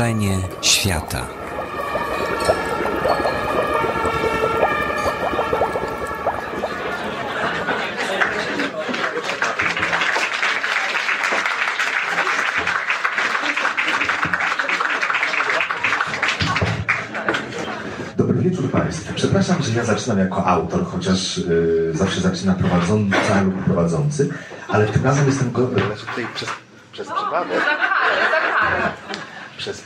Stworzenie świata. Dobry wieczór Państwu. Przepraszam, że ja zaczynam jako autor, chociaż zawsze zaczyna prowadząca lub prowadzący, ale tym razem jestem tutaj przez przypadek. Za karę. Przez...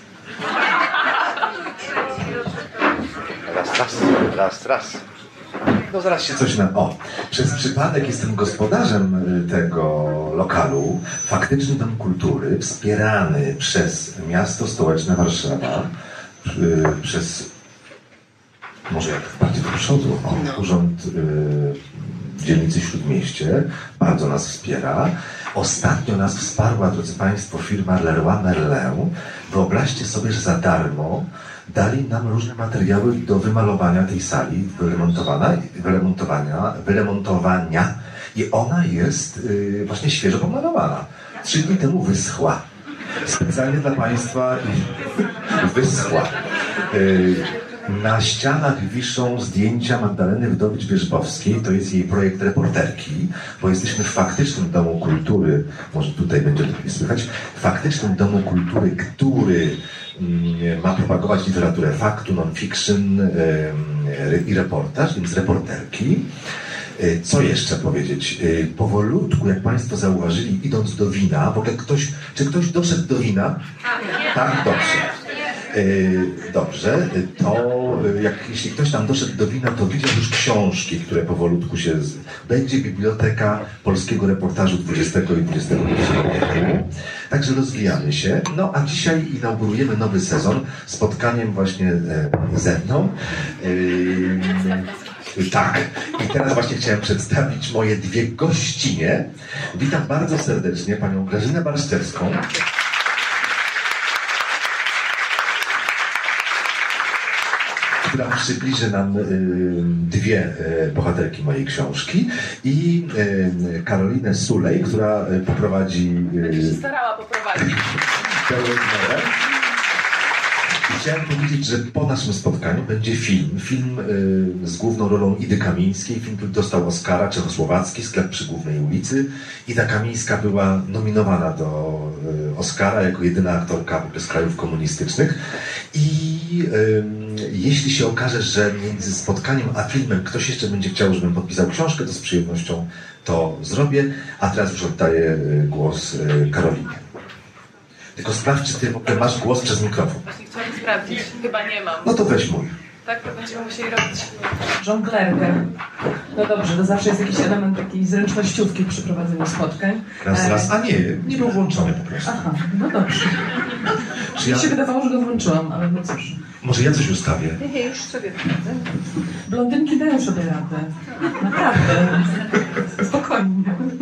Raz. No zaraz się coś Przez przypadek jestem gospodarzem tego lokalu, Faktyczny Dom Kultury, wspierany przez Miasto Stołeczne Warszawa, przez, może jak bardziej do przodu, Urząd w dzielnicy Śródmieście bardzo nas wspiera. Ostatnio nas wsparła, drodzy Państwo, firma Leroy Merlin. Wyobraźcie sobie, że za darmo dali nam różne materiały do wymalowania tej sali, wyremontowania i ona jest właśnie świeżo pomalowana. 3 dni temu wyschła. Specjalnie dla Państwa wyschła. Na ścianach wiszą zdjęcia Magdaleny Wdowicz-Wierzbowskiej, to jest jej projekt reporterki, bo jesteśmy w Faktycznym Domu Kultury, może tutaj będzie lepiej słychać, w Faktycznym Domu Kultury, który ma propagować literaturę faktu, non-fiction i reportaż, więc reporterki. Co jeszcze powiedzieć? Powolutku, jak Państwo zauważyli, idąc do wina, w ogóle czy ktoś doszedł do wina? Tak, dobrze. Dobrze, to jeśli ktoś tam doszedł do wina, to widział już książki, które powolutku się... Będzie Biblioteka Polskiego Reportażu XX i XXI wieku. Także rozwijamy się. No a dzisiaj inaugurujemy nowy sezon spotkaniem właśnie ze mną. Tak. I teraz właśnie chciałem przedstawić moje 2 gościnie. Witam bardzo serdecznie panią Grażynę Barszczewską. Która przybliży nam 2 bohaterki mojej książki i Karolinę Sulej, która poprowadzi... Starała poprowadzić. I chciałem powiedzieć, że po naszym spotkaniu będzie film z główną rolą Idy Kamińskiej, film, który dostał Oscara, czechosłowacki, Sklep przy Głównej ulicy. Ida Kamińska była nominowana do Oscara jako jedyna aktorka z krajów komunistycznych i jeśli się okaże, że między spotkaniem a filmem ktoś jeszcze będzie chciał, żebym podpisał książkę, to z przyjemnością to zrobię, a teraz już oddaję głos Karolinie. Tylko sprawdź, czy ty w ogóle masz głos przez mikrofon. Właśnie chciałam sprawdzić. Chyba nie mam. No to weź mój. Tak, to będziemy musieli robić żonglerkę. No dobrze, to zawsze jest jakiś element takiej zręcznościówki przy prowadzeniu spotkań. Raz. A nie był włączony po prostu. Aha, no dobrze. Mi się wydawało, że go włączyłam, ale no cóż. Może ja coś ustawię? Nie, już sobie wchodzę. Blondynki dają sobie radę. Naprawdę. Spokojnie.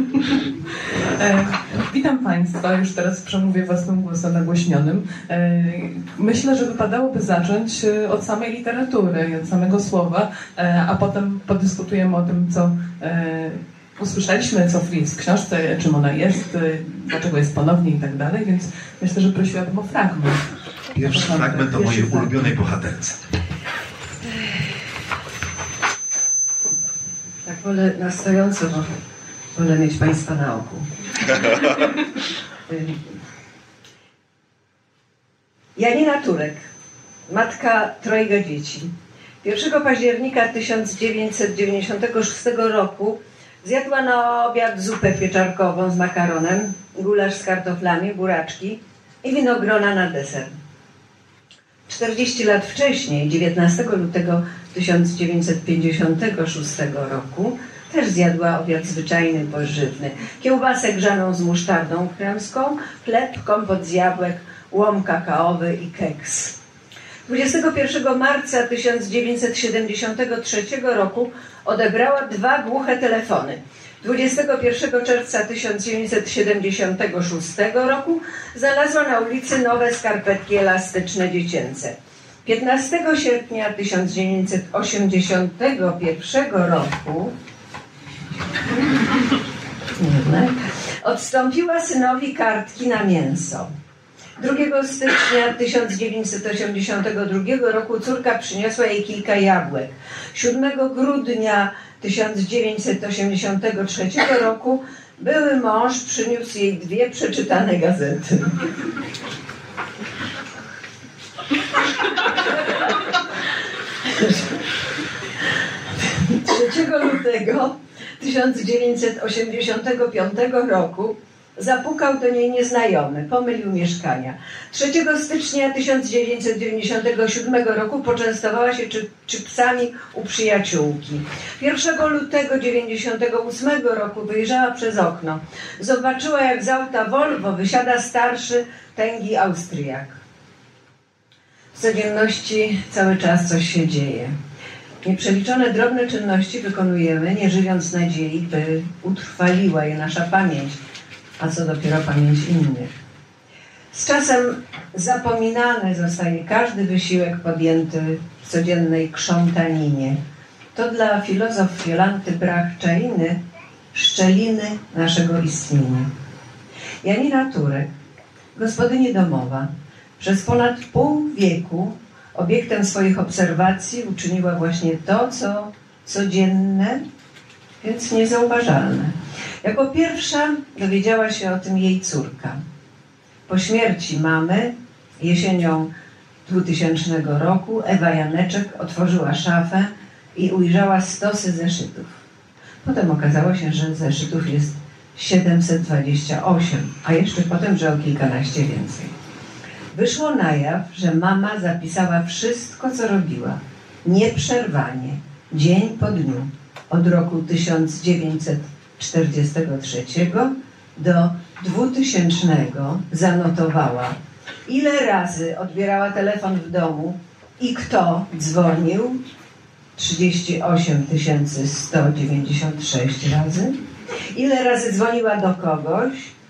Witam Państwa, już teraz przemówię własnym głosem nagłośnionym. Myślę, że wypadałoby zacząć od samej literatury i od samego słowa, a potem podyskutujemy o tym, co usłyszeliśmy, co jest w książce, czym ona jest, dlaczego jest ponownie i tak dalej, więc myślę, że prosiłabym o fragment. Pierwszy fragment o mojej ulubionej bohaterce. Tak, wolę na stojąco, bo wolę mieć Państwa na oku. Janina Turek, matka 3 dzieci. 1 października 1996 roku zjadła na obiad zupę pieczarkową z makaronem, gulasz z kartoflami, buraczki i winogrona na deser. 40 lat wcześniej, 19 lutego 1956 roku, też zjadła obiad zwyczajny, pożywny. Kiełbasę grzaną z musztardą kremską, chleb, kompot z jabłek, łom kakaowy i keks. 21 marca 1973 roku odebrała 2 głuche telefony. 21 czerwca 1976 roku znalazła na ulicy nowe skarpetki elastyczne dziecięce. 15 sierpnia 1981 roku odstąpiła synowi kartki na mięso. 2 stycznia 1982 roku córka przyniosła jej kilka jabłek. 7 grudnia 1983 roku były mąż przyniósł jej 2 przeczytane gazety. 3 lutego 1985 roku zapukał do niej nieznajomy, pomylił mieszkania. 3 stycznia 1997 roku poczęstowała się chipsami u przyjaciółki. 1 lutego 1998 roku wyjrzała przez okno. Zobaczyła, jak z auta Volvo wysiada starszy, tęgi Austriak. W codzienności cały czas coś się dzieje. Nieprzeliczone drobne czynności wykonujemy, nie żywiąc nadziei, by utrwaliła je nasza pamięć, a co dopiero pamięć innych. Z czasem zapominany zostaje każdy wysiłek podjęty w codziennej krzątaninie. To dla filozof Jolanty Brach-Czajny szczeliny naszego istnienia. Janina Turek, gospodyni domowa, przez ponad pół wieku obiektem swoich obserwacji uczyniła właśnie to, co codzienne, więc niezauważalne. Jako pierwsza dowiedziała się o tym jej córka. Po śmierci mamy, jesienią 2000 roku, Ewa Janeczek otworzyła szafę i ujrzała stosy zeszytów. Potem okazało się, że zeszytów jest 728, a jeszcze potem, że o kilkanaście więcej. Wyszło na jaw, że mama zapisała wszystko, co robiła, nieprzerwanie, dzień po dniu, od roku 1943 do 2000 zanotowała, ile razy odbierała telefon w domu i kto dzwonił, 38 196 razy, ile razy dzwoniła do kogoś,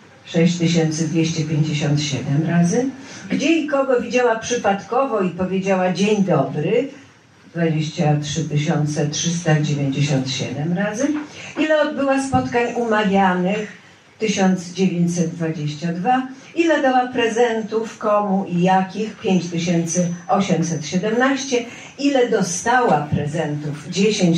6257 razy, gdzie i kogo widziała przypadkowo i powiedziała dzień dobry, 23 397 razy, ile odbyła spotkań umawianych, 1922, ile dała prezentów, komu i jakich, 5817, ile dostała prezentów, 10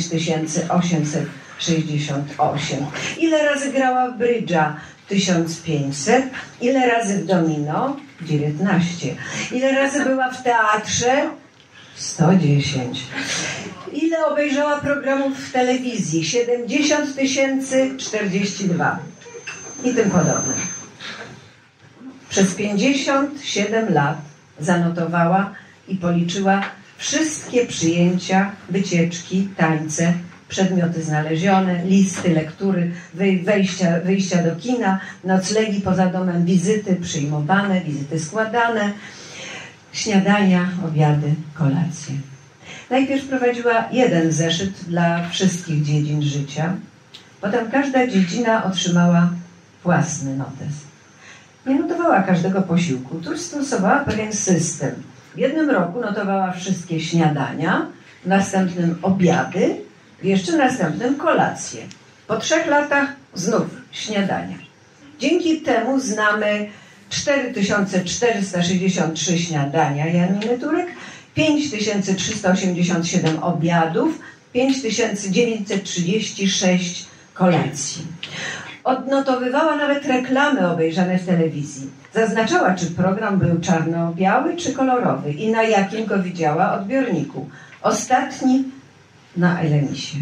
868, ile razy grała w brydża, 1500, ile razy w domino, 19, ile razy była w teatrze, 110, ile obejrzała programów w telewizji, 70 042 i tym podobne. Przez 57 lat zanotowała i policzyła wszystkie przyjęcia, wycieczki, tańce, przedmioty znalezione, listy, lektury, wyjścia do kina, noclegi poza domem, wizyty przyjmowane, wizyty składane, śniadania, obiady, kolacje. Najpierw prowadziła jeden zeszyt dla wszystkich dziedzin życia, potem każda dziedzina otrzymała własny notes. Nie notowała każdego posiłku, tu stosowała pewien system. W jednym roku notowała wszystkie śniadania, w następnym obiady, w jeszcze następnym kolacje. Po 3 latach znów śniadania. Dzięki temu znamy 4463 śniadania Janiny Turek, 5387 obiadów, 5936 kolacji. Odnotowywała nawet reklamy obejrzane w telewizji. Zaznaczała, czy program był czarno-biały, czy kolorowy i na jakim go widziała odbiorniku. Ostatni na Elenisie.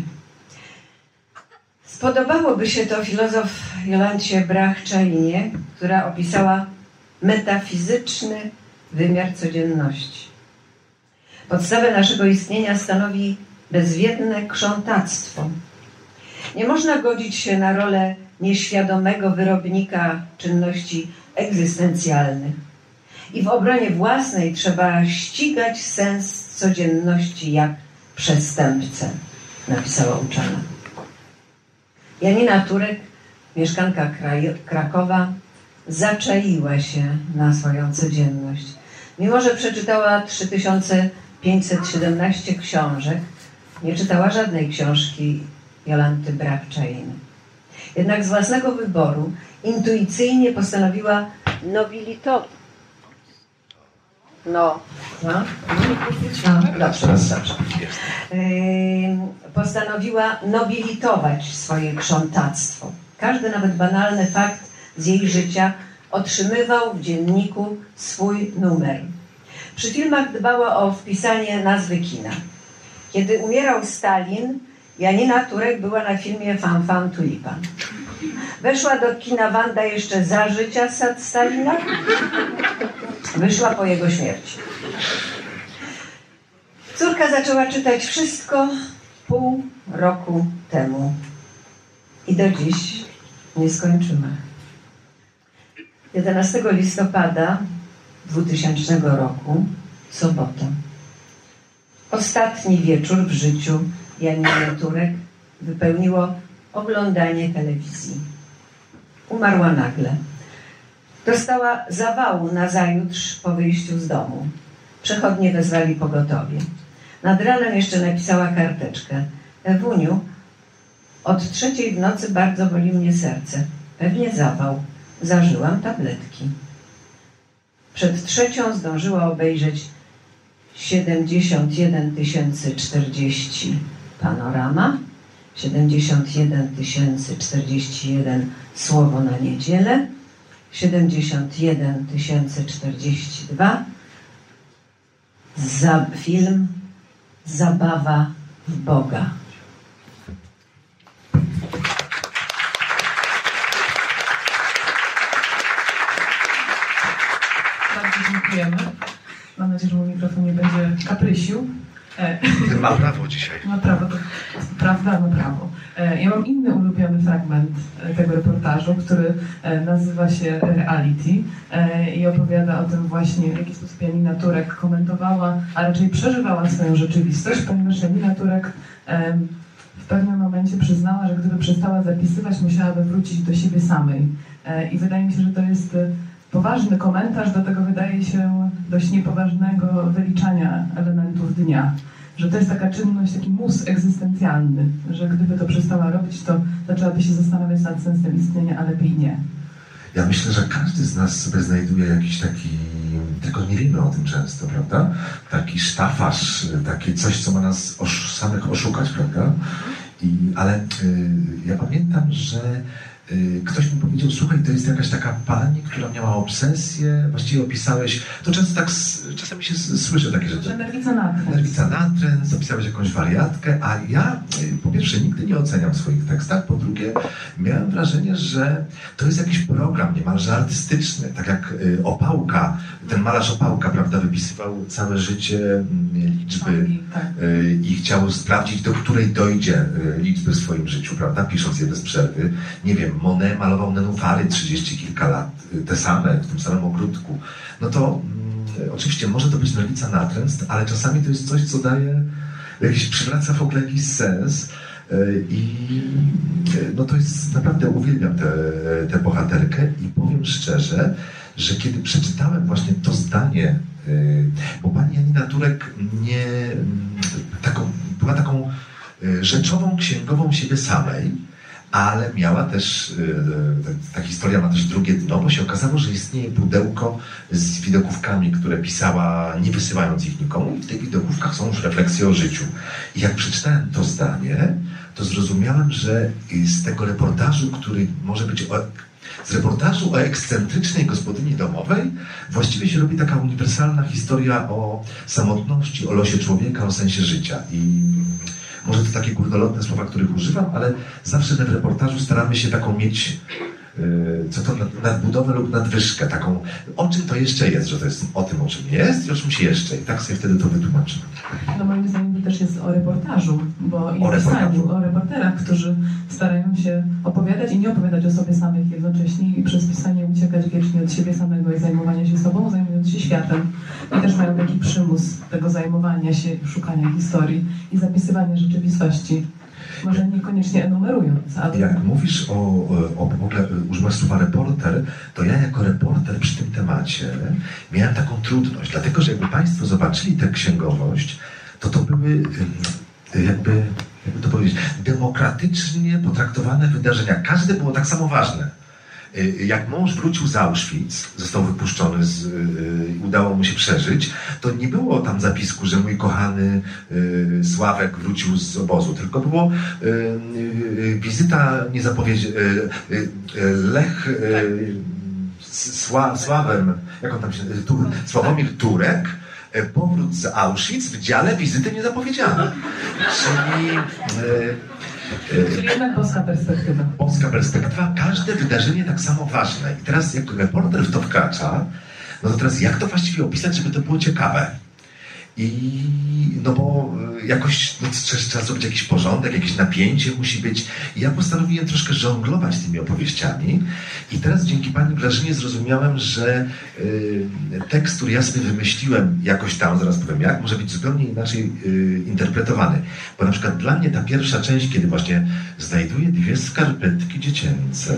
Spodobałoby się to filozof Jolancie Brach-Czajnie, która opisała metafizyczny wymiar codzienności. Podstawę naszego istnienia stanowi bezwiedne krzątactwo. Nie można godzić się na rolę nieświadomego wyrobnika czynności egzystencjalnych. I w obronie własnej trzeba ścigać sens codzienności jak przestępcę, napisała uczona. Janina Turek, mieszkanka Krakowa, zaczaiła się na swoją codzienność. Mimo że przeczytała 3517 książek, nie czytała żadnej książki Jolanty Brach-Czajny. Jednak z własnego wyboru intuicyjnie postanowiła Dobrze. Postanowiła nobilitować swoje krzątactwo. Każdy, nawet banalny fakt z jej życia otrzymywał w dzienniku swój numer. Przy filmach dbała o wpisanie nazwy kina. Kiedy umierał Stalin, Janina Turek była na filmie Fan Tulipan. Weszła do kina Wanda jeszcze za życia Stalina. Wyszła po jego śmierci. Córka zaczęła czytać wszystko pół roku temu. I do dziś nie skończymy. 11 listopada 2000 roku, sobota. Ostatni wieczór w życiu Janiny Turek wypełniło oglądanie telewizji. Umarła nagle. Dostała zawału nazajutrz po wyjściu z domu. Przechodnie wezwali pogotowie. Nad ranem jeszcze napisała karteczkę. Ewuniu, od 3:00 w nocy bardzo boli mnie serce. Pewnie zawał. Zażyłam tabletki. Przed 3:00 zdążyła obejrzeć 71 040 Panorama, 71 041 Słowo na niedzielę, 71 042 film Zabawa w Boga. Bardzo dziękujemy. Mam nadzieję, że mój mikrofon nie będzie kaprysił. Ma prawo dzisiaj. Ma prawo, to prawda, ma prawo. Ja mam inny ulubiony fragment tego reportażu, który nazywa się Reality i opowiada o tym właśnie, w jaki sposób Janina Turek komentowała, a raczej przeżywała swoją rzeczywistość, ponieważ Janina Turek w pewnym momencie przyznała, że gdyby przestała zapisywać, musiałaby wrócić do siebie samej. I wydaje mi się, że to jest poważny komentarz do tego, wydaje się, dość niepoważnego wyliczania elementów dnia. Że to jest taka czynność, taki mus egzystencjalny, że gdyby to przestała robić, to zaczęłaby się zastanawiać nad sensem istnienia, a lepiej nie. Ja myślę, że każdy z nas sobie znajduje jakiś taki, tylko nie wiemy o tym często, prawda? Taki sztafaż, takie coś, co ma nas samych oszukać, prawda? Ale ja pamiętam, że ktoś mi powiedział, słuchaj, to jest jakaś taka pani, która miała obsesję, właściwie opisałeś, to często tak, czasami się słyszy takie rzeczy. Że nerwica natręt. Nerwica natręt, opisałeś jakąś wariatkę, a ja po pierwsze nigdy nie oceniam w swoich tekstach, po drugie miałem wrażenie, że to jest jakiś program niemalże artystyczny, tak jak Opałka, ten malarz Opałka, prawda, wypisywał całe życie liczby i chciał sprawdzić, do której dojdzie liczby w swoim życiu, prawda, pisząc je bez przerwy. Nie wiem, Monet malował nenufary 30 kilka lat, te same, w tym samym ogródku. No to oczywiście może to być nerwica natręt, ale czasami to jest coś, co daje, przywraca w ogóle jakiś sens i no to jest, naprawdę uwielbiam tę bohaterkę i powiem szczerze, że kiedy przeczytałem właśnie to zdanie, bo pani Janina Turek była taką rzeczową księgową siebie samej, ale miała też, ta historia ma też drugie dno, bo się okazało, że istnieje pudełko z widokówkami, które pisała, nie wysyłając ich nikomu, i w tych widokówkach są już refleksje o życiu. I jak przeczytałem to zdanie, to zrozumiałem, że z tego reportażu, który może być z reportażu o ekscentrycznej gospodyni domowej, właściwie się robi taka uniwersalna historia o samotności, o losie człowieka, o sensie życia. I może to takie górnolotne słowa, których używam, ale zawsze w reportażu staramy się taką mieć, nadbudowę lub nadwyżkę, taką, o czym to jeszcze jest, że to jest o tym, o czym jest i o czymś jeszcze. I tak sobie wtedy to wytłumaczymy. No moim zdaniem to też jest o reportażu, bo i o pisaniu, o reporterach, którzy starają się opowiadać i nie opowiadać o sobie samych jednocześnie i przez pisanie uciekać wiecznie od siebie samego i zajmowania się sobą, zajmując się światem. I też mają taki przymus tego zajmowania się, szukania historii i zapisywania rzeczywistości. Może niekoniecznie enumerując, ale... Jak mówisz w ogóle używasz słowa reporter, to ja jako reporter przy tym temacie miałem taką trudność, dlatego że jakby Państwo zobaczyli tę księgowość, to były jakby to powiedzieć, demokratycznie potraktowane wydarzenia. Każde było tak samo ważne. jak mąż wrócił z Auschwitz, został wypuszczony, udało mu się przeżyć, to nie było tam zapisku, że mój kochany Sławek wrócił z obozu, tylko było wizyta Lech Sławem, jak on tam się Sławomir Turek, powrót z Auschwitz w dziale wizyty niezapowiedziane. Czyli jednak boska perspektywa. Boska perspektywa, każde wydarzenie tak samo ważne. I teraz jak reporter w to wkracza, no to teraz jak to właściwie opisać, żeby to było ciekawe? I no bo jakoś trzeba zrobić jakiś porządek, jakieś napięcie musi być. I ja postanowiłem troszkę żonglować tymi opowieściami. I teraz dzięki pani Grażynie zrozumiałem, że tekst, który ja sobie wymyśliłem jakoś tam, zaraz powiem jak, może być zupełnie inaczej interpretowany. Bo na przykład dla mnie ta pierwsza część, kiedy właśnie znajduję 2 skarpetki dziecięce,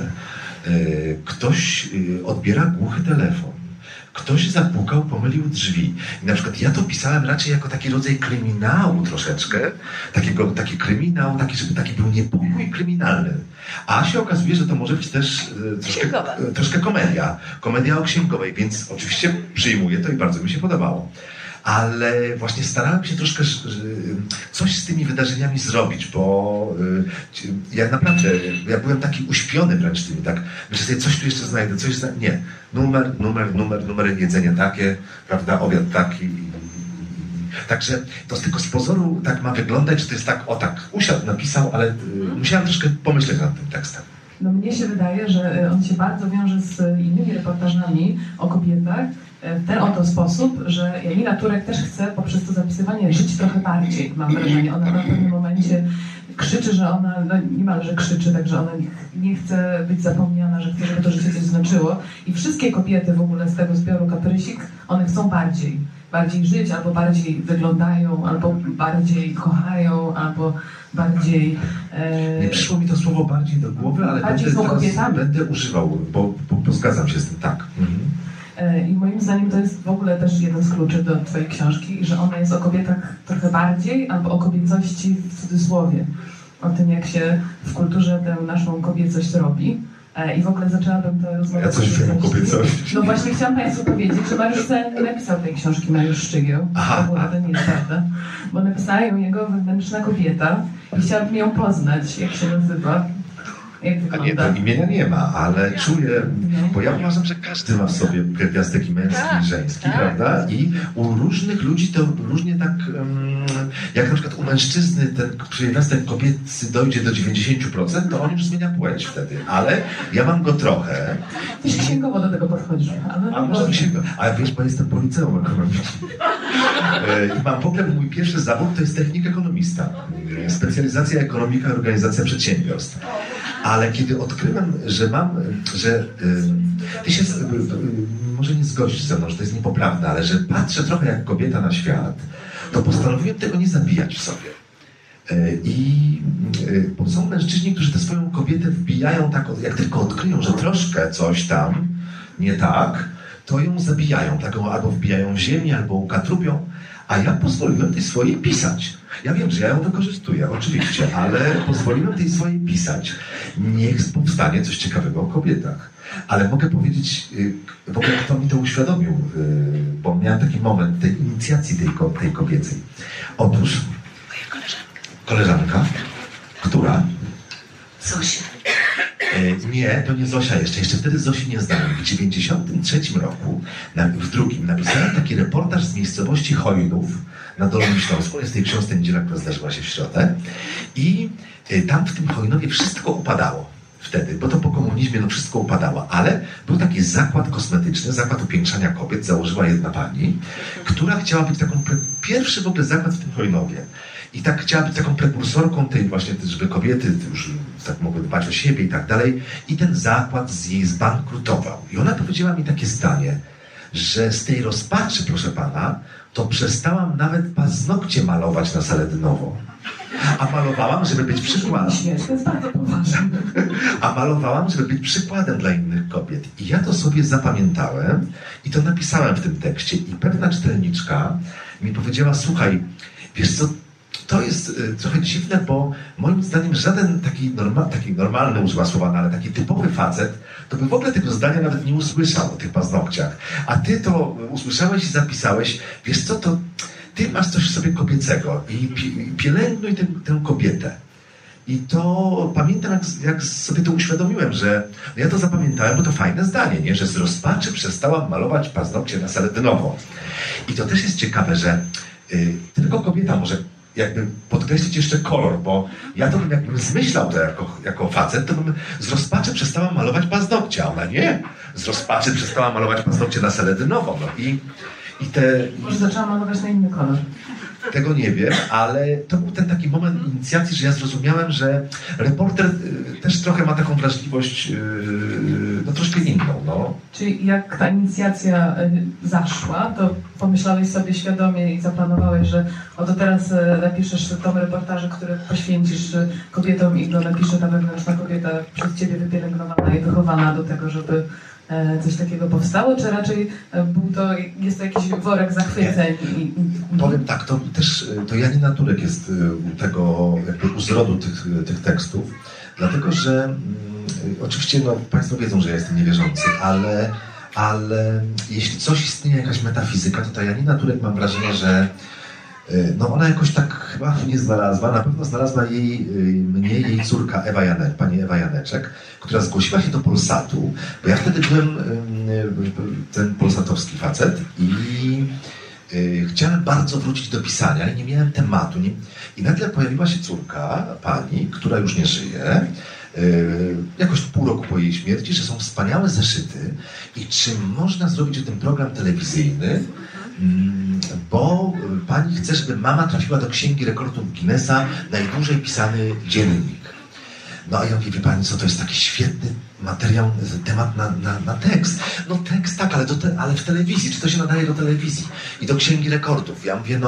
ktoś odbiera głuchy telefon, ktoś zapukał, pomylił drzwi. I na przykład ja to pisałem raczej jako taki rodzaj kryminału troszeczkę. Taki kryminał, żeby taki był niepokój kryminalny. A się okazuje, że to może być też troszkę komedia. Komedia o księgowej, więc oczywiście przyjmuję to i bardzo mi się podobało. Ale właśnie starałem się troszkę coś z tymi wydarzeniami zrobić, bo ja naprawdę, ja byłem taki uśpiony wręcz tymi, tak, że sobie coś tu jeszcze znajdę, nie. Numer, jedzenie takie, prawda, obiad taki. Także to tylko z pozoru tak ma wyglądać, że to jest tak, usiadł, napisał, ale musiałem troszkę pomyśleć nad tym tekstem. No mnie się wydaje, że on się bardzo wiąże z innymi reportażami o kobietach w ten oto sposób, że Janina Turek też chce poprzez to zapisywanie żyć trochę bardziej, mam wrażenie. Ona na pewnym momencie krzyczy, że ona, no niemalże krzyczy, także ona nie chce być zapomniana, że chce, żeby to życie coś znaczyło. I wszystkie kobiety w ogóle z tego zbioru Kaprysik, one chcą bardziej żyć, albo bardziej wyglądają, albo bardziej kochają, albo bardziej... Nie przyszło mi to słowo bardziej do głowy, ale będę używał, bo zgadzam się z tym, tak. Mhm. I moim zdaniem to jest w ogóle też jeden z kluczy do twojej książki, że ona jest o kobietach trochę bardziej, albo o kobiecości w cudzysłowie. O tym, jak się w kulturze tę naszą kobiecość robi. I w ogóle zaczęłabym to rozmawiać. Ja coś wiem o kobiecości. No właśnie chciałam Państwu powiedzieć, że Mariusz wcale nie napisał tej książki Mariusz Szczygieł. To nie jest prawda. Bo napisała ją jego wewnętrzna kobieta i chciałabym ją poznać, jak się nazywa. Jak wygląda? Nie, to imienia nie ma, ale czuję, bo ja uważam, że każdy ma w sobie pierwiastek męski i żeński, prawda? I u różnych ludzi to różnie tak, jak na przykład u mężczyzny ten pierwiastek kobiecy dojdzie do 90%, to on już zmienia płeć wtedy, ale ja mam go trochę. Też księgowo do tego podchodzisz. Ale wiesz, bo jestem po liceum ekonomicznym. I mam w ogóle, mój pierwszy zawód to jest technik ekonomista. Specjalizacja ekonomika i organizacja przedsiębiorstw. Ale kiedy odkryłem, że ty się może nie zgodzisz ze mną, że to jest niepoprawne, ale że patrzę trochę jak kobieta na świat, to postanowiłem tego nie zabijać w sobie. Bo są mężczyźni, którzy tę swoją kobietę wbijają tak, jak tylko odkryją, że troszkę coś tam nie tak, to ją zabijają, taką albo wbijają w ziemię, albo ukatrupią, a ja pozwoliłem tej swojej pisać. Ja wiem, że ja ją wykorzystuję, oczywiście, ale pozwoliłem tej swojej pisać. Niech powstanie coś ciekawego o kobietach. Ale mogę powiedzieć, w ogóle kto mi to uświadomił, bo miałem taki moment tej inicjacji tej kobiecej. Otóż koleżanka, która? Zosia. Nie, to nie Zosia jeszcze wtedy Zosi nie znałem. W 1993 roku, w drugim, napisałem taki reportaż z miejscowości Chojnów na Dolnym Śląsku, jest tej książce Niedziela, która zdarzyła się w środę. I tam w tym Chojnowie wszystko upadało wtedy, bo to po komunizmie no wszystko upadało, ale był taki zakład kosmetyczny, zakład upiększania kobiet, założyła jedna pani, która chciała być taką, pierwszy w ogóle zakład w tym Chojnowie. I tak chciała być taką prekursorką tej właśnie, żeby kobiety już tak mogły dbać o siebie i tak dalej. I ten zakład z jej zbankrutował. I ona powiedziała mi takie zdanie, że z tej rozpaczy, proszę pana, to przestałam nawet paznokcie malować na saledynową. A malowałam, żeby być przykładem. To jest bardzo poważne. A malowałam, żeby być przykładem dla innych kobiet. I ja to sobie zapamiętałem i to napisałem w tym tekście. I pewna czytelniczka mi powiedziała, słuchaj, wiesz co, to jest trochę dziwne, bo moim zdaniem żaden taki normalny, używa słowa, ale taki typowy facet, to by w ogóle tego zdania nawet nie usłyszał o tych paznokciach. A ty to usłyszałeś i zapisałeś. Wiesz co, to ty masz coś w sobie kobiecego i pielęgnuj tę kobietę. I to pamiętam, jak sobie to uświadomiłem, że no ja to zapamiętałem, bo to fajne zdanie, nie? Że z rozpaczy przestałam malować paznokcie na saletynowo. I to też jest ciekawe, że tylko kobieta może jakby podkreślić jeszcze kolor, bo ja to bym jakbym zmyślał to jako facet, to bym z rozpaczy przestała malować paznokcie, a ona nie. Z rozpaczy przestała malować paznokcie na saletynowo. No Może zaczęła malować na inny kolor. Tego nie wiem, ale to był ten taki moment inicjacji, że ja zrozumiałem, że reporter też trochę ma taką wrażliwość, no troszkę inną, no. Czyli jak ta inicjacja zaszła, to pomyślałeś sobie świadomie i zaplanowałeś, że oto teraz napiszesz tom reportaży, który poświęcisz kobietom i go napisze ta wewnętrzna kobieta przez ciebie wypielęgnowana i wychowana do tego, żeby coś takiego powstało, czy raczej jest to jakiś worek zachwyceń? Powiem tak, to Janina Turek jest u tego jakby u zrodu tych tekstów, dlatego że oczywiście no, Państwo wiedzą, że ja jestem niewierzący, ale jeśli coś istnieje, jakaś metafizyka, to ta Janina Turek, mam wrażenie, że no ona jakoś tak chyba nie znalazła, na pewno znalazła mnie jej córka pani Ewa Janeczek, która zgłosiła się do Polsatu, bo ja wtedy byłem ten polsatowski facet i chciałem bardzo wrócić do pisania i nie miałem tematu. I nagle pojawiła się córka pani, która już nie żyje, jakoś pół roku po jej śmierci, że są wspaniałe zeszyty i czy można zrobić o tym program telewizyjny, bo pani chce, żeby mama trafiła do Księgi Rekordów Guinnessa najdłużej pisany dziennik. No a ja mówię, wie pani co, to jest taki świetny materiał, temat na tekst. No tekst tak, ale w telewizji, czy to się nadaje do telewizji i do Księgi Rekordów? Ja mówię,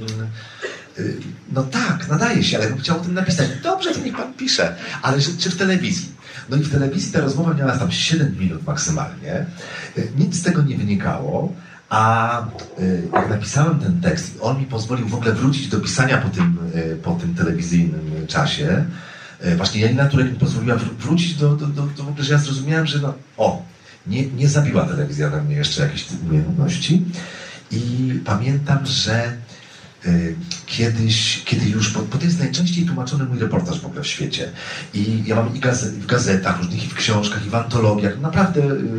no tak, nadaje się, ale bym chciał o tym napisać. Dobrze, to niech pan pisze, ale czy w telewizji? No i w telewizji ta rozmowa miała tam 7 minut maksymalnie. Nic z tego nie wynikało. A jak napisałem ten tekst, on mi pozwolił w ogóle wrócić do pisania po tym telewizyjnym czasie. Właśnie Janina Turek mi pozwoliła wrócić do w ogóle, że ja zrozumiałem, że nie zabiła telewizja na mnie jeszcze jakiejś umiejętności. I pamiętam, że kiedy już, bo to jest najczęściej tłumaczony mój reportaż w ogóle w świecie. I ja mam i w gazetach różnych, i w książkach, i w antologiach. Naprawdę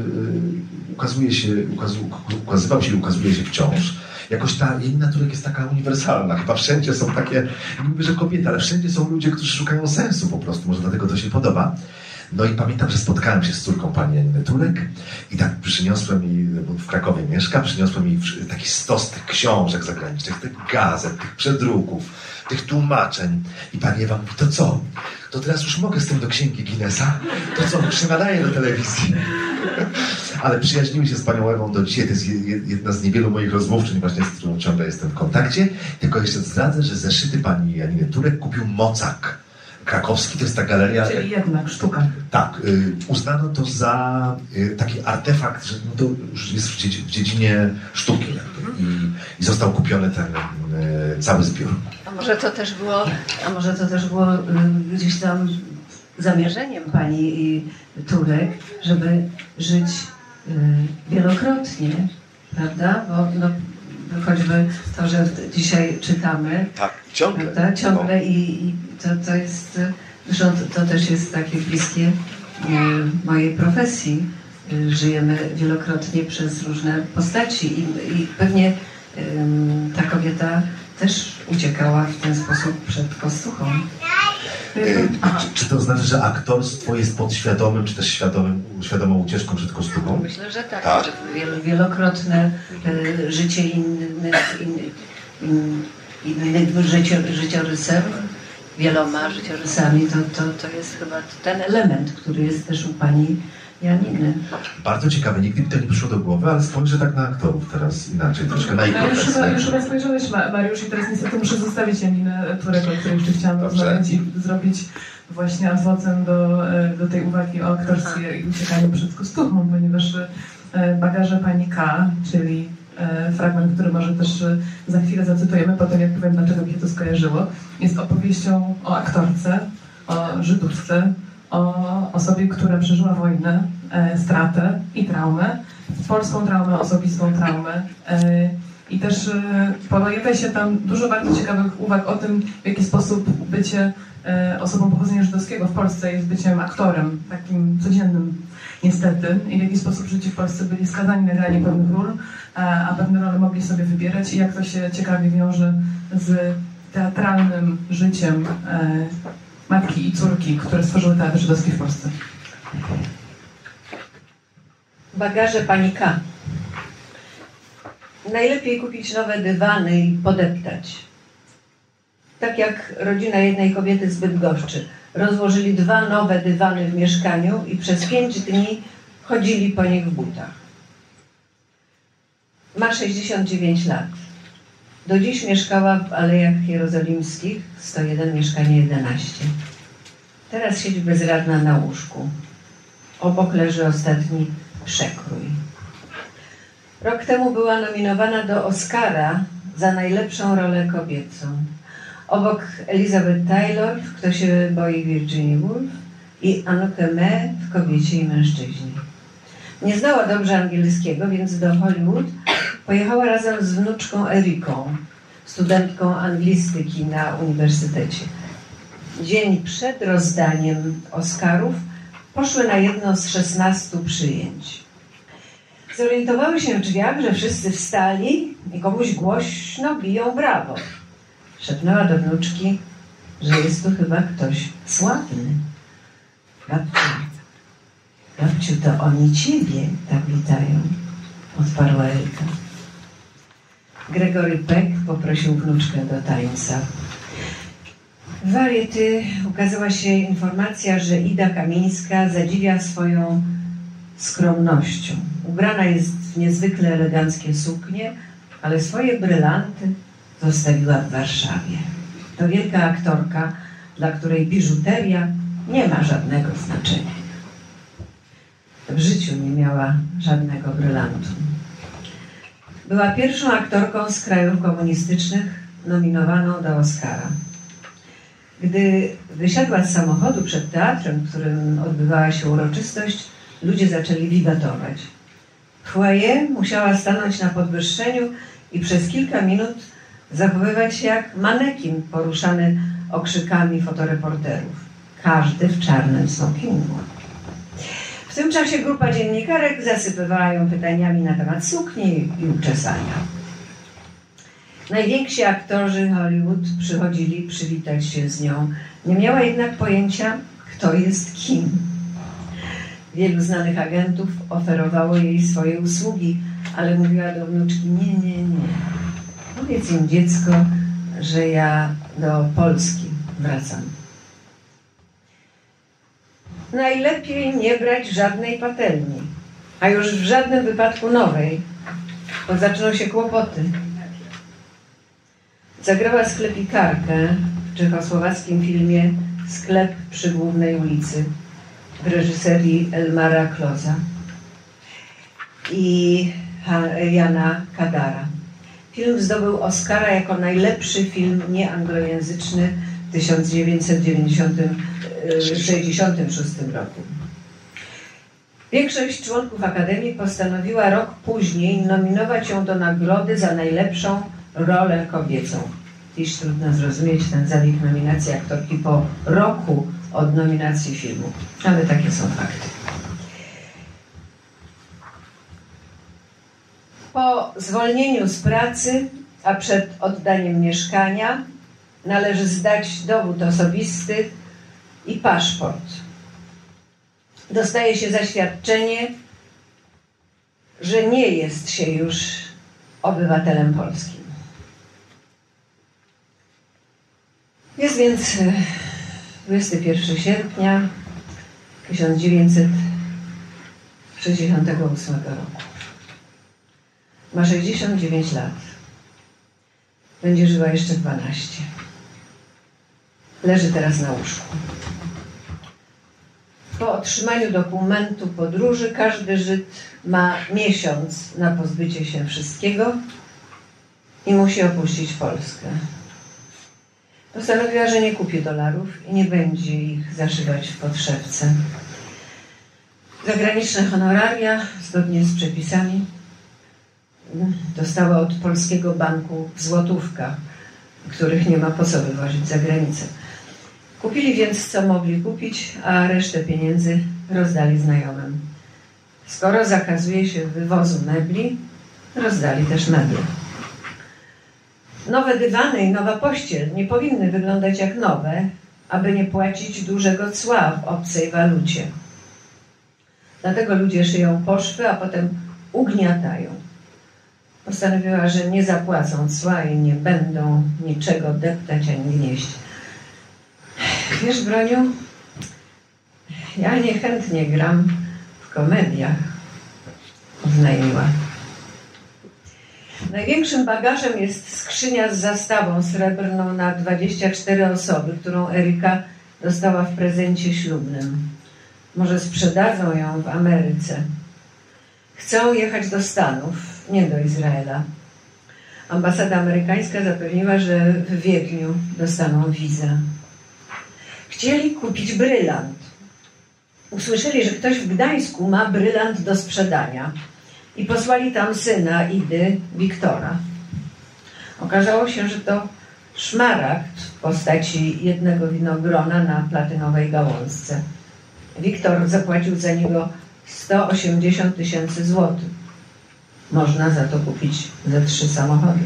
ukazywał się i ukazuje się wciąż. Jakoś ta Janina Turek jest taka uniwersalna. Chyba wszędzie są takie, nie mówię, że kobiety, ale wszędzie są ludzie, którzy szukają sensu po prostu. Może dlatego to się podoba. No i pamiętam, że spotkałem się z córką pani Janiny Turek i tak przyniosłem jej, bo w Krakowie mieszka, przyniosłem jej taki stos tych książek zagranicznych, tych gazet, tych przedruków, tych tłumaczeń. I pani Ewa mówi, to co? To teraz już mogę z tym do Księgi Guinnessa? To co? Się nadaje do telewizji. Ale przyjaźnimy się z panią Ewą do dzisiaj. To jest jedna z niewielu moich rozmówczyń właśnie, z którą ciągle jestem w kontakcie. Tylko jeszcze zdradzę, że zeszyty pani Janiny Turek kupił Mocak krakowski. To jest ta galeria... Czyli jednak sztuka. Tak. Uznano to za taki artefakt, że to już jest w dziedzinie sztuki. I został kupiony ten cały zbiór. A może to też było gdzieś tam zamierzeniem pani Turek, żeby żyć wielokrotnie, prawda? Bo choćby to, że dzisiaj czytamy, tak, ciągle, prawda? Ciągle i to jest, zresztą to też jest takie bliskie mojej profesji. Żyjemy wielokrotnie przez różne postaci i pewnie ta kobieta też uciekała w ten sposób przed kostuchą. Czy to znaczy, że aktorstwo jest podświadomym, czy też świadomą ucieczką przed kostuchą? Myślę, że tak. Że wielokrotne życie innym życiorysem, wieloma życiorysami, to jest chyba ten element, który jest też u pani Janiny. Bardzo ciekawe, nigdy mi to nie przyszło do głowy, ale spojrzę tak na aktorów teraz inaczej, troszkę na ich profesję. Już chyba spojrzałeś, Mariusz, i teraz niestety muszę zostawić Janinę Turek, o której jeszcze chciałam rozmawiać i zrobić właśnie adwocem do tej uwagi o aktorstwie i uciekaniu przed kostuchą, ponieważ bagaże pani K, czyli fragment, który może też za chwilę zacytujemy, potem jak powiem, dlaczego mi się to skojarzyło. Jest opowieścią o aktorce, o Żydówce, o osobie, która przeżyła wojnę, stratę i traumę, polską traumę, osobistą traumę. I też pojawia się tam dużo bardzo ciekawych uwag o tym, w jaki sposób bycie osobą pochodzenia żydowskiego w Polsce jest byciem aktorem, takim codziennym niestety, i w jaki sposób Żydzi w Polsce byli skazani na granie pewnych ról, a pewne role mogli sobie wybierać i jak to się ciekawie wiąże z teatralnym życiem matki i córki, które stworzyły teatr żydowski w Polsce. Bagaże pani K. Najlepiej kupić nowe dywany i podeptać. Tak jak rodzina jednej kobiety z Bydgoszczy. Rozłożyli 2 nowe dywany w mieszkaniu i przez 5 dni chodzili po nich w butach. Ma 69 lat. Do dziś mieszkała w Alejach Jerozolimskich, 101, mieszkanie 11. Teraz siedzi bezradna na łóżku. Obok leży ostatni przekrój. Rok temu była nominowana do Oscara za najlepszą rolę kobiecą. Obok Elizabeth Taylor w Kto się boi Virginia Woolf i Anouk Me w Kobiecie i mężczyźnie. Nie znała dobrze angielskiego, więc do Hollywood pojechała razem z wnuczką Eriką, studentką anglistyki na uniwersytecie. Dzień przed rozdaniem Oscarów poszły na jedno z 16 przyjęć. Zorientowały się w drzwiach, że wszyscy wstali i komuś głośno biją brawo. Szepnęła do wnuczki, że jest tu chyba ktoś sławny. Babciu, to oni ciebie tak witają, odparła Erika. Gregory Peck poprosił wnuczkę do tańca. W Variety ukazała się informacja, że Ida Kamińska zadziwia swoją skromnością. Ubrana jest w niezwykle eleganckie suknie, ale swoje brylanty zostawiła w Warszawie. To wielka aktorka, dla której biżuteria nie ma żadnego znaczenia. W życiu nie miała żadnego brylantu. Była pierwszą aktorką z krajów komunistycznych nominowaną do Oscara. Gdy wysiadła z samochodu przed teatrem, w którym odbywała się uroczystość, ludzie zaczęli wiwatować. W foyer musiała stanąć na podwyższeniu i przez kilka minut zachowywać się jak manekin poruszany okrzykami fotoreporterów. Każdy w czarnym smokingu. W tym czasie grupa dziennikarek zasypywała ją pytaniami na temat sukni i uczesania. Najwięksi aktorzy Hollywood przychodzili przywitać się z nią. Nie miała jednak pojęcia, kto jest kim. Wielu znanych agentów oferowało jej swoje usługi, ale mówiła do wnuczki, nie. Powiedz im, dziecko, że ja do Polski wracam. Najlepiej nie brać żadnej patelni, a już w żadnym wypadku nowej, bo zaczną się kłopoty. Zagrała sklepikarkę w czechosłowackim filmie Sklep przy głównej ulicy w reżyserii Elmara Kloza i Jana Kadara. Film zdobył Oscara jako najlepszy film nieanglojęzyczny w 1966 roku. Większość członków Akademii postanowiła rok później nominować ją do nagrody za najlepszą rolę kobiecą. Dziś trudno zrozumieć ten zabieg nominacji aktorki po roku od nominacji filmu, ale takie są fakty. Po zwolnieniu z pracy, a przed oddaniem mieszkania należy zdać dowód osobisty i paszport. Dostaje się zaświadczenie, że nie jest się już obywatelem polskim. Jest więc 21 sierpnia 1968 roku. Ma 69 lat. Będzie żyła jeszcze 12. Leży teraz na łóżku. Po otrzymaniu dokumentu podróży każdy Żyd ma miesiąc na pozbycie się wszystkiego i musi opuścić Polskę. Postanowiła, że nie kupi dolarów i nie będzie ich zaszywać w podszewce. Zagraniczne honoraria, zgodnie z przepisami, dostała od polskiego banku w złotówkach, których nie ma po co wywozić za granicę. Kupili więc, co mogli kupić, a resztę pieniędzy rozdali znajomym. Skoro zakazuje się wywozu mebli, rozdali też meble. Nowe dywany i nowa pościel nie powinny wyglądać jak nowe, aby nie płacić dużego cła w obcej walucie. Dlatego ludzie szyją poszwy, a potem ugniatają. Postanowiła, że nie zapłacą cła i nie będą niczego deptać ani gnieść. Wiesz, Broniu, ja niechętnie gram w komediach, oznajmiła. Największym bagażem jest skrzynia z zastawą srebrną na 24 osoby, którą Erika dostała w prezencie ślubnym. Może sprzedadzą ją w Ameryce. Chcą jechać do Stanów, nie do Izraela. Ambasada amerykańska zapewniła, że w Wiedniu dostaną wizę. Chcieli kupić brylant. Usłyszeli, że ktoś w Gdańsku ma brylant do sprzedania i posłali tam syna Idy, Wiktora. Okazało się, że to szmaragd w postaci jednego winogrona na platynowej gałązce. Wiktor zapłacił za niego 180 000 złotych. Można za to kupić ze 3 samochody.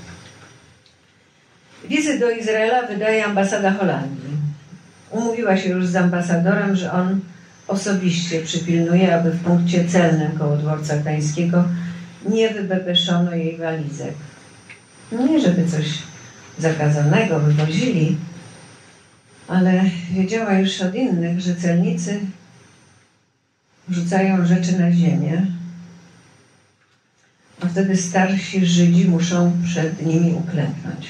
Wizy do Izraela wydaje ambasada Holandii. Umówiła się już z ambasadorem, że on osobiście przypilnuje, aby w punkcie celnym koło dworca gdańskiego nie wybepeszono jej walizek. Nie, żeby coś zakazanego wywozili, ale wiedziała już od innych, że celnicy rzucają rzeczy na ziemię, a wtedy starsi Żydzi muszą przed nimi uklęknąć.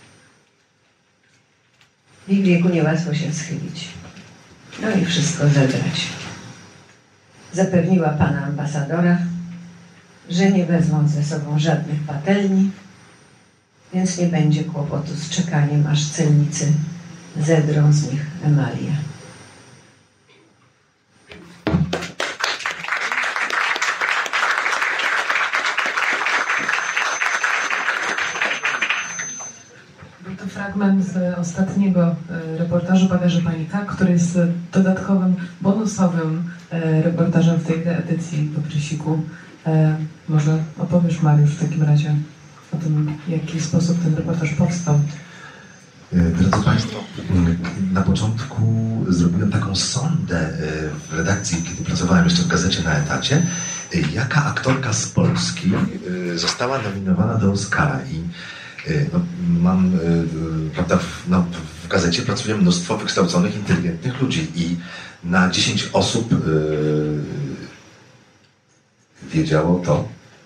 W ich wieku niełatwo się schylić. No i wszystko zebrać. Zapewniła pana ambasadora, że nie wezmą ze sobą żadnych patelni, więc nie będzie kłopotu z czekaniem, aż celnicy zedrą z nich emalię. Był to fragment z ostatniego reportażu Bagaże Panika, który jest dodatkowym, bonusowym reportażem w tej edycji Poprzesiku. Może opowiesz, Mariusz, w takim razie o tym, w jaki sposób ten reportaż powstał. Drodzy Państwo, na początku zrobiłem taką sondę w redakcji, kiedy pracowałem jeszcze w gazecie na etacie, jaka aktorka z Polski została nominowana do Oscara. I mam, prawda, w gazecie pracuje mnóstwo wykształconych, inteligentnych ludzi i na 10 osób wiedziało to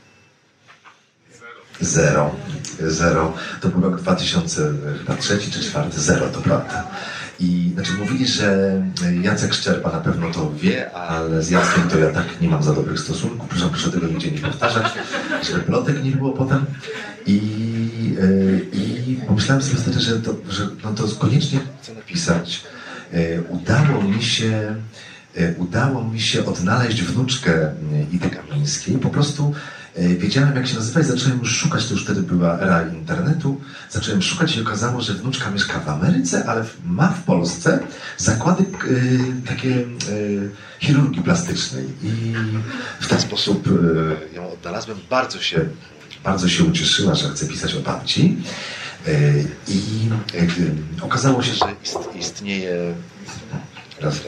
zero. To był rok 2003 czy 2004, zero, to prawda. I znaczy mówili, że Jacek Szczerba na pewno to wie, ale z Jackiem to ja tak nie mam za dobrych stosunków. Proszę tego nigdzie nie powtarzać, żeby plotek nie było potem. I pomyślałem sobie wtedy, że to koniecznie chcę napisać. Udało mi się odnaleźć wnuczkę Idy Kamińskiej. Po prostu wiedziałem, jak się nazywa i zacząłem już szukać, to już wtedy była era internetu, zacząłem szukać i okazało, że wnuczka mieszka w Ameryce, ale ma w Polsce zakłady takie chirurgii plastycznej i w ten sposób ją odnalazłem. Bardzo się ucieszyła, że chce pisać o babci i okazało się, że istnieje raz.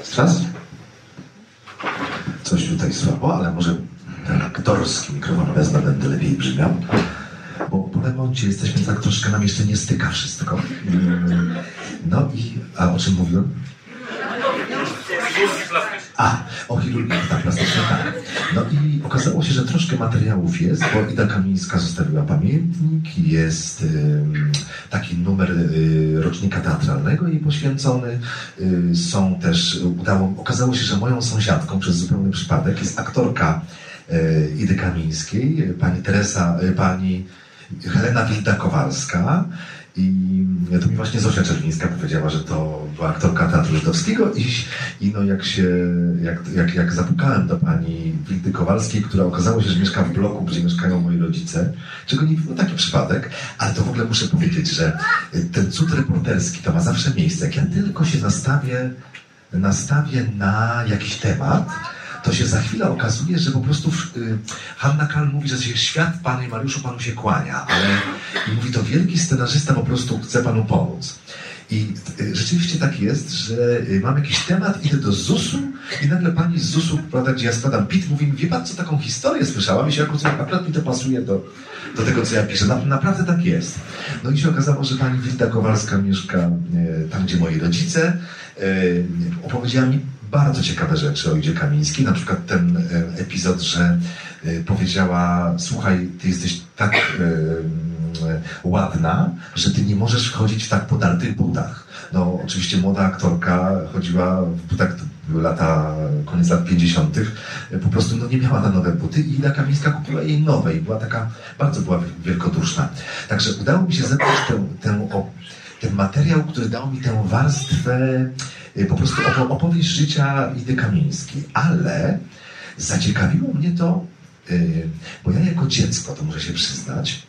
Coś tutaj słabo, ale może ten aktorski mikrofon wezmę, będę lepiej brzmiał. Bo po remoncie jesteśmy, tak troszkę nam jeszcze nie styka wszystko. No i... A o czym mówiłem? O chirurgii plastycznej, tak. No i okazało okazało się, że troszkę materiałów jest, bo Ida Kamińska zostawiła pamiętnik, jest taki numer rocznika teatralnego jej poświęcony. Są też, okazało się, że moją sąsiadką przez zupełny przypadek jest aktorka Idy Kamińskiej, pani Helena Wilda-Kowalska. I to mi właśnie Zosia Czerwińska powiedziała, że to była aktorka Teatru Żydowskiego i no jak zapukałem do pani Wildy Kowalskiej, która okazało się, że mieszka w bloku, gdzie mieszkają moi rodzice, czego nie był taki przypadek, ale to w ogóle muszę powiedzieć, że ten cud reporterski to ma zawsze miejsce. Jak ja tylko się nastawię na jakiś temat, to się za chwilę okazuje, że po prostu Hanna Kal mówi, że świat, panie Mariuszu, panu się kłania, ale i mówi to wielki scenarzysta po prostu chce panu pomóc. I rzeczywiście tak jest, że mam jakiś temat, idę do ZUS-u i nagle pani z ZUS-u, prawda, gdzie ja składam PIT, mówi mi, wie pan co, taką historię słyszałam i się akurat mi to pasuje do tego, co ja piszę. Naprawdę tak jest. No i się okazało, że pani Wilda Kowalska mieszka tam, gdzie moi rodzice. Opowiedziała mi bardzo ciekawe rzeczy o Idzie Kamińskiej, na przykład ten epizod, że powiedziała, słuchaj, ty jesteś tak ładna, że ty nie możesz wchodzić w tak podartych butach. No oczywiście młoda aktorka chodziła w butach, koniec lat 50. Po prostu no, nie miała na nowe buty i Ida Kamińska kupiła jej nowe i bardzo była wielkoduszna. Także udało mi się zebrać ten materiał, który dał mi tę warstwę, po prostu opowieść życia Idy Kamińskiej, ale zaciekawiło mnie to, bo ja jako dziecko, to muszę się przyznać,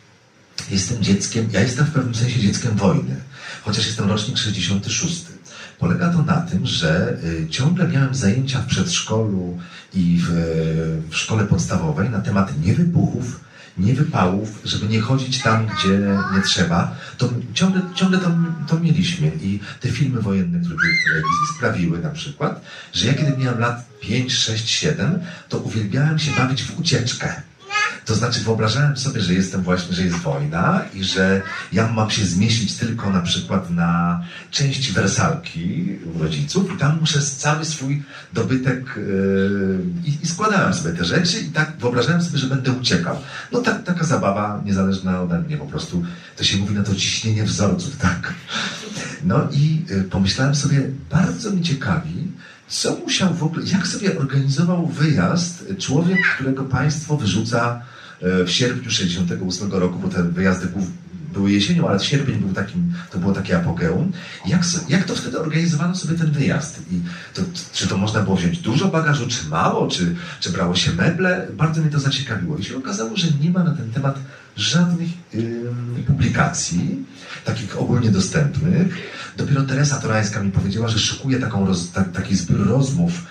ja jestem w pewnym sensie dzieckiem wojny, chociaż jestem rocznik 66. Polega to na tym, że ciągle miałem zajęcia w przedszkolu i w szkole podstawowej na temat niewybuchów, niewypałów, żeby nie chodzić tam, gdzie nie trzeba, to ciągle to mieliśmy. I te filmy wojenne, które były w telewizji, sprawiły na przykład, że ja kiedy miałem lat 5, 6, 7, to uwielbiałem się bawić w ucieczkę. To znaczy wyobrażałem sobie, że jest wojna i że ja mam się zmieścić tylko na przykład na część wersalki u rodziców i tam muszę cały swój dobytek i składałem sobie te rzeczy i tak wyobrażałem sobie, że będę uciekał. No taka zabawa niezależna ode mnie po prostu. To się mówi na to ciśnienie wzorców, tak. No i pomyślałem sobie, bardzo mnie ciekawi, co musiał w ogóle, jak sobie organizował wyjazd człowiek, którego państwo wyrzuca w sierpniu 68 roku, bo te wyjazdy były jesienią, ale sierpień to było takie apogeum. Jak to wtedy organizowano sobie ten wyjazd? I czy to można było wziąć dużo bagażu, czy mało, czy brało się meble? Bardzo mnie to zaciekawiło. I się okazało, że nie ma na ten temat żadnych publikacji, takich ogólnie dostępnych. Dopiero Teresa Torańska mi powiedziała, że szykuje taki zbiór rozmów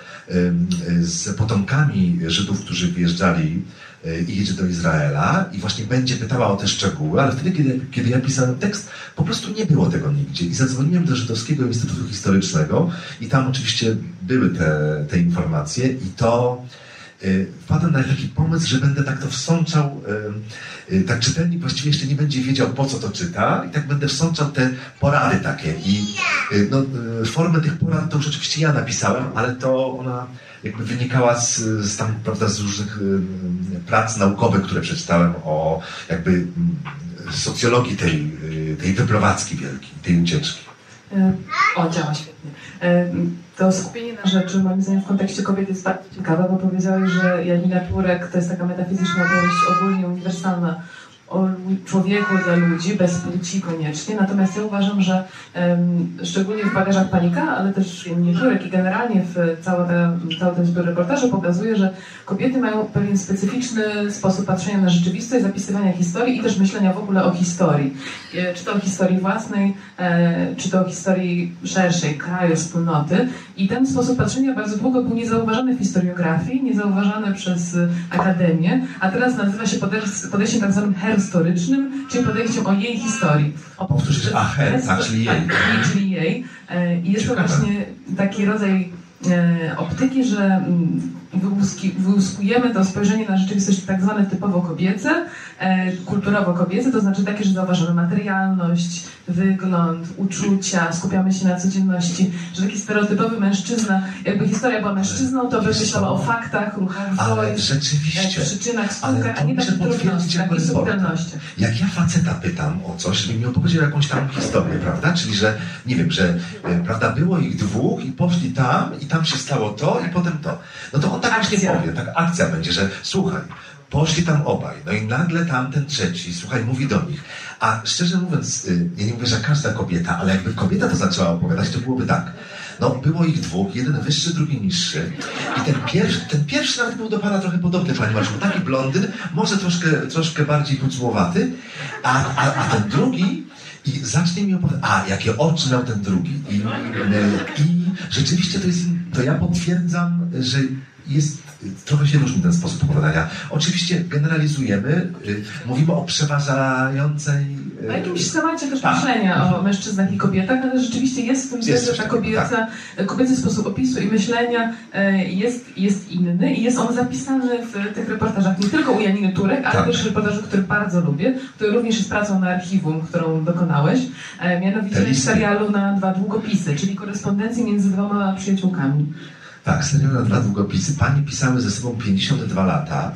z potomkami Żydów, którzy wyjeżdżali i jedzie do Izraela i właśnie będzie pytała o te szczegóły, ale wtedy, kiedy ja pisałem tekst, po prostu nie było tego nigdzie. I zadzwoniłem do Żydowskiego Instytutu Historycznego i tam oczywiście były te informacje i to wpadłem na taki pomysł, że będę tak to wsączał, tak czytelnik właściwie jeszcze nie będzie wiedział, po co to czyta i tak będę wsączał te porady takie i formę tych porad to już oczywiście ja napisałem, ale to ona jakby wynikała z różnych prac naukowych, które przeczytałem o jakby socjologii tej wyprowadzki wielkiej, tej ucieczki. Działa świetnie. To skupienie na rzeczy, moim zdaniem, w kontekście kobiet jest bardzo ciekawe, bo powiedziałeś, że Janina Turek to jest taka metafizyczna opowieść ogólnie uniwersalna o człowieku dla ludzi, bez płci koniecznie. Natomiast ja uważam, że szczególnie w bagażach Panika, ale też Janiny Turek i generalnie cały ten zbiór reportaży pokazuje, że kobiety mają pewien specyficzny sposób patrzenia na rzeczywistość, zapisywania historii i też myślenia w ogóle o historii. Czy to o historii własnej, czy to o historii szerszej, kraju, wspólnoty. I ten sposób patrzenia bardzo długo był niezauważany w historiografii, niezauważany przez akademię, a teraz nazywa się podejściem tak zwanym historycznym, czyli podejściem o jej historii. Powtórz, czyli jej. Czyli jej. I jest to właśnie taki rodzaj optyki, że wyłuskujemy to spojrzenie na rzeczywistość tak zwane typowo kobiece, kulturowo kobiece, to znaczy takie, że zauważamy materialność, wygląd, uczucia, skupiamy się na codzienności, że taki stereotypowy mężczyzna, jakby historia była mężczyzną, to by myślała o faktach, ruchach wojsk, przyczynach, skutkach, a nie takich trudnościach i subtelnościach. Jak ja faceta pytam o coś, żeby mi opowiedział jakąś tam historię, prawda? Czyli, że nie wiem, że prawda, było ich dwóch i poszli tam i tam się stało to i potem to. No to on tak właśnie powie, tak akcja będzie, że słuchaj, poszli tam obaj, no i nagle tamten trzeci, słuchaj, mówi do nich. A szczerze mówiąc, ja nie mówię, że każda kobieta, ale jakby kobieta to zaczęła opowiadać, to byłoby tak. No, było ich dwóch, jeden wyższy, drugi niższy. I ten pierwszy nawet był do pana trochę podobny, pani Marszu. Taki blondyn, może troszkę bardziej pucłowaty, a ten drugi i zacznie mi opowiadać, jakie oczy miał ten drugi. I rzeczywiście to ja potwierdzam, że trochę się różni ten sposób opowiadania. Oczywiście generalizujemy, mówimy o przeważającej... O jakimś schemacie też myślenia o mężczyznach i kobietach, ale rzeczywiście jest w tym sensie, że kobiecy sposób opisu i myślenia jest inny i jest on zapisany w tych reportażach, nie tylko u Janiny Turek, ale też w reportażu, który bardzo lubię, który również jest pracą na archiwum, którą dokonałeś, mianowicie serialu na 2 długopisy, czyli korespondencji między 2 przyjaciółkami. Tak, serial na 2 długopisy. Panie pisały ze sobą 52 lata,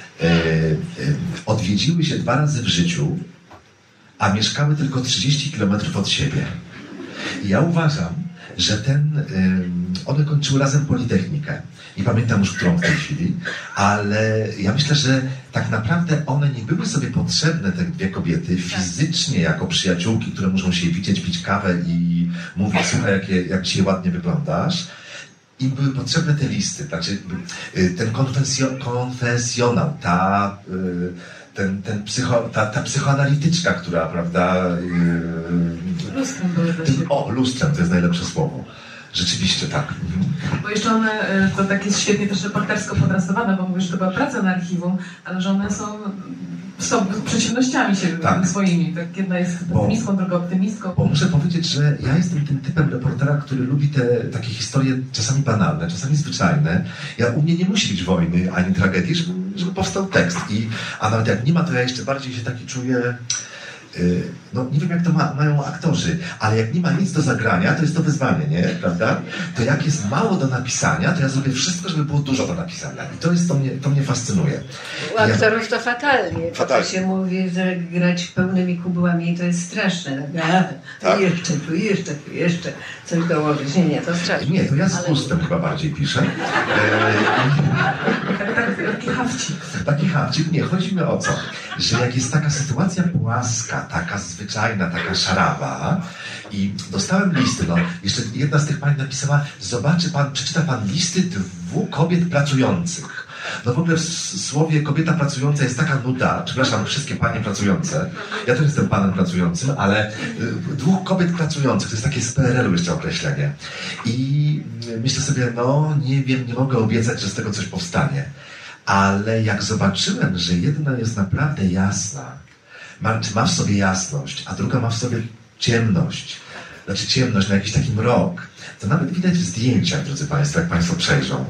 odwiedziły się 2 razy w życiu, a mieszkały tylko 30 km od siebie. I ja uważam, że one kończyły razem Politechnikę. Nie pamiętam już, którą w tej chwili, ale ja myślę, że tak naprawdę one nie były sobie potrzebne, te 2 kobiety, fizycznie jako przyjaciółki, które muszą się widzieć, pić kawę i mówić, słuchaj, jak dzisiaj ładnie wyglądasz. Im były potrzebne te listy, znaczy ten konfesjonał, ta psychoanalityczka, która, prawda... Lustrem były dla siebie. Lustrem, to jest najlepsze słowo. Rzeczywiście, tak. Bo jeszcze one, to tak jest świetnie też reportersko podrasowane, bo mówisz, że to była praca na archiwum, ale że one są przeciwnościami się swoimi. Tak, jedna jest pesymistką, druga optymistką. Bo muszę powiedzieć, że ja jestem tym typem reportera, który lubi te takie historie czasami banalne, czasami zwyczajne. U mnie nie musi być wojny ani tragedii, żeby powstał tekst. A nawet jak nie ma, to ja jeszcze bardziej się taki czuję... No nie wiem, jak to mają aktorzy, ale jak nie ma nic do zagrania, to jest to wyzwanie, nie? Prawda? To jak jest mało do napisania, to ja zrobię wszystko, żeby było dużo do napisania. I to mnie fascynuje. U aktorów to fatalnie. To się mówi, że grać pełnymi kubłami to jest straszne. Tak? Tu jeszcze coś dołożyć. Nie, to straszne. Nie, to ja z gustem chyba bardziej piszę. Taki hawcik. Nie, chodzi mi o co? Że jak jest taka sytuacja płaska, taka zwyczajna, taka szarawa i dostałem listy, jeszcze jedna z tych pań napisała, przeczyta pan listy 2 kobiet pracujących. No w ogóle w słowie kobieta pracująca jest taka nuda, przepraszam, wszystkie panie pracujące, ja też jestem panem pracującym, ale 2 kobiet pracujących, to jest takie z PRL-u jeszcze określenie. I myślę sobie, nie wiem, nie mogę obiecać, że z tego coś powstanie. Ale jak zobaczyłem, że jedna jest naprawdę jasna, ma w sobie jasność, a druga ma w sobie ciemność, na jakiś taki mrok, to nawet widać w zdjęciach, drodzy Państwo, jak Państwo przejrzą.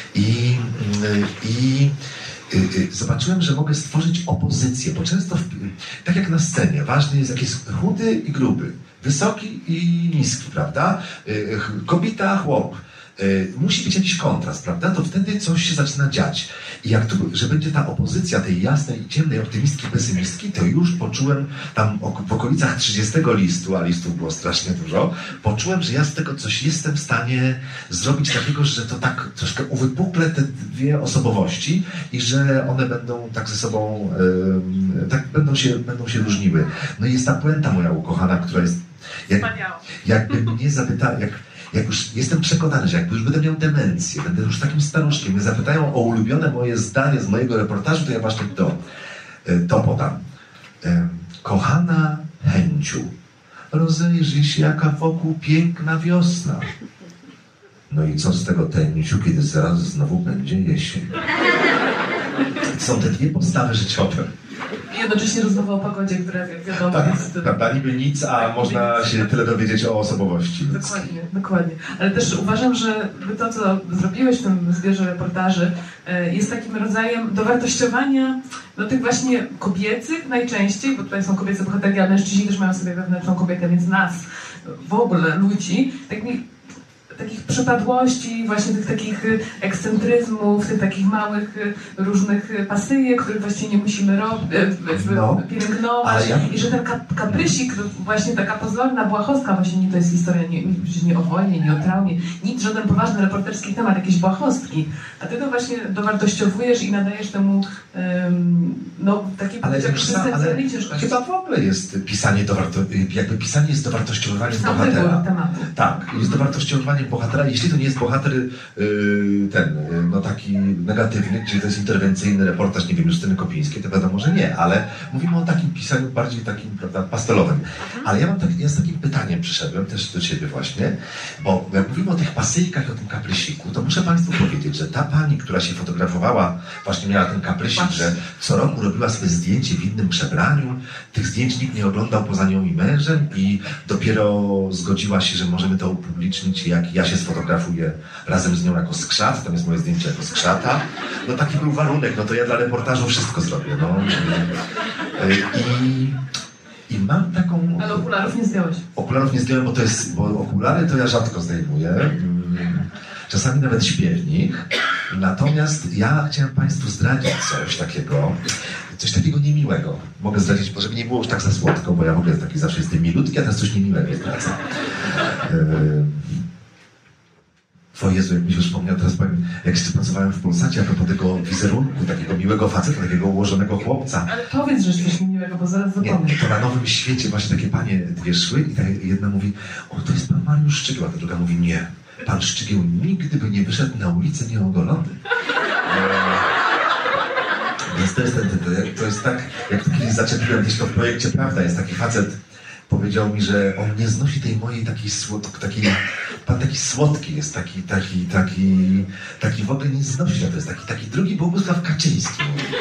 I zobaczyłem, że mogę stworzyć opozycję, bo często, tak jak na scenie, ważny jest, jak jest chudy i gruby, wysoki i niski, prawda? Kobieta, chłop. Musi być jakiś kontrast, prawda? To wtedy coś się zaczyna dziać. I że będzie ta opozycja tej jasnej i ciemnej optymistki, pesymistki, to już poczułem tam w okolicach 30 listu, a listów było strasznie dużo, poczułem, że ja z tego coś jestem w stanie zrobić takiego, że to tak troszkę uwypuklę te 2 osobowości i że one będą tak ze sobą, tak będą się różniły. No i jest ta puenta moja ukochana, która jest... Jakby mnie zapytała, jak już jestem przekonany, że jak już będę miał demencję, będę już takim staruszkiem, mnie zapytają o ulubione moje zdanie z mojego reportażu, to ja właśnie to podam. Kochana Chęciu, rozejrzyj się, jaka wokół piękna wiosna. No i co z tego Tęciu, kiedy zaraz znowu będzie jesień? To są te 2 podstawy życiowe. I jednocześnie rozmowa o pogodzie, która jak wiadomo Tak, jest... prawda, niby nic, a można się tyle dowiedzieć o osobowości. Dokładnie. Ale też uważam, że to, co zrobiłeś w tym zbiorze reportaży, jest takim rodzajem dowartościowania tych właśnie kobiecych najczęściej, bo tutaj są kobiece bohaterki, ale mężczyźni też mają sobie wewnętrzną kobietę, więc nas, w ogóle ludzi, takich przypadłości, właśnie tych takich ekscentryzmów, tych takich małych różnych pasyjek, których właściwie nie musimy pielęgnować. I że ten kaprysik, właśnie taka pozorna błahostka, właśnie nie to jest historia nie o wojnie, nie o traumie, nic, żaden poważny reporterski temat, jakieś błahostki. A ty to właśnie dowartościowujesz i nadajesz temu takie egzystencjalnej ciężkości. Chyba w ogóle jest pisanie pisanie jest dowartościowywaniem bohatera. Tak, jest dowartościowywaniem bohatera, jeśli to nie jest bohater taki negatywny, czyli to jest interwencyjny reportaż, nie wiem, Justyny Kopińskiej, to wiadomo, że nie, ale mówimy o takim pisaniu bardziej takim, prawda, pastelowym. Ale ja z takim pytaniem przyszedłem też do ciebie właśnie, bo jak mówimy o tych pasyjkach i o tym kaprysiku, to muszę Państwu powiedzieć, że ta pani, która się fotografowała, właśnie miała ten kaprysik, że co roku robiła sobie zdjęcie w innym przebraniu, tych zdjęć nikt nie oglądał poza nią i mężem i dopiero zgodziła się, że możemy to upublicznić, jak ja się sfotografuję razem z nią jako skrzat, tam jest moje zdjęcie jako skrzata. No taki był warunek, no to ja dla reportażu wszystko zrobię, no. I mam taką... Ale okularów nie zdjąłeś. Okularów nie zdjąłem, bo okulary to ja rzadko zdejmuję. Czasami nawet śpiewnik. Natomiast ja chciałem Państwu zdradzić coś takiego niemiłego. Mogę zdradzić, bo żeby nie było już tak za słodko, bo ja w ogóle taki zawsze jestem milutki, a teraz coś niemiłego zdradzę. O Jezu, jak mi się wspomniał, teraz powiem, jak jeszcze pracowałem w Polsacie, a propos tego wizerunku, takiego miłego faceta, takiego ułożonego chłopca. Ale powiedz, że coś niemiłego, bo zaraz zapomnę. Nie, to na Nowym Świecie właśnie takie panie dwie szły i ta jedna mówi, o, to jest pan Mariusz Szczygieł, a ta druga mówi, nie, pan Szczygieł nigdy by nie wyszedł na ulicę nieogolony. Więc to jest tak, jak to kiedyś zaczepiłem gdzieś to w projekcie Prawda, jest taki facet, powiedział mi, że on nie znosi tej mojej pan taki słodki jest, taki w ogóle nie znosi, to jest taki drugi Bogusław Kaczyński.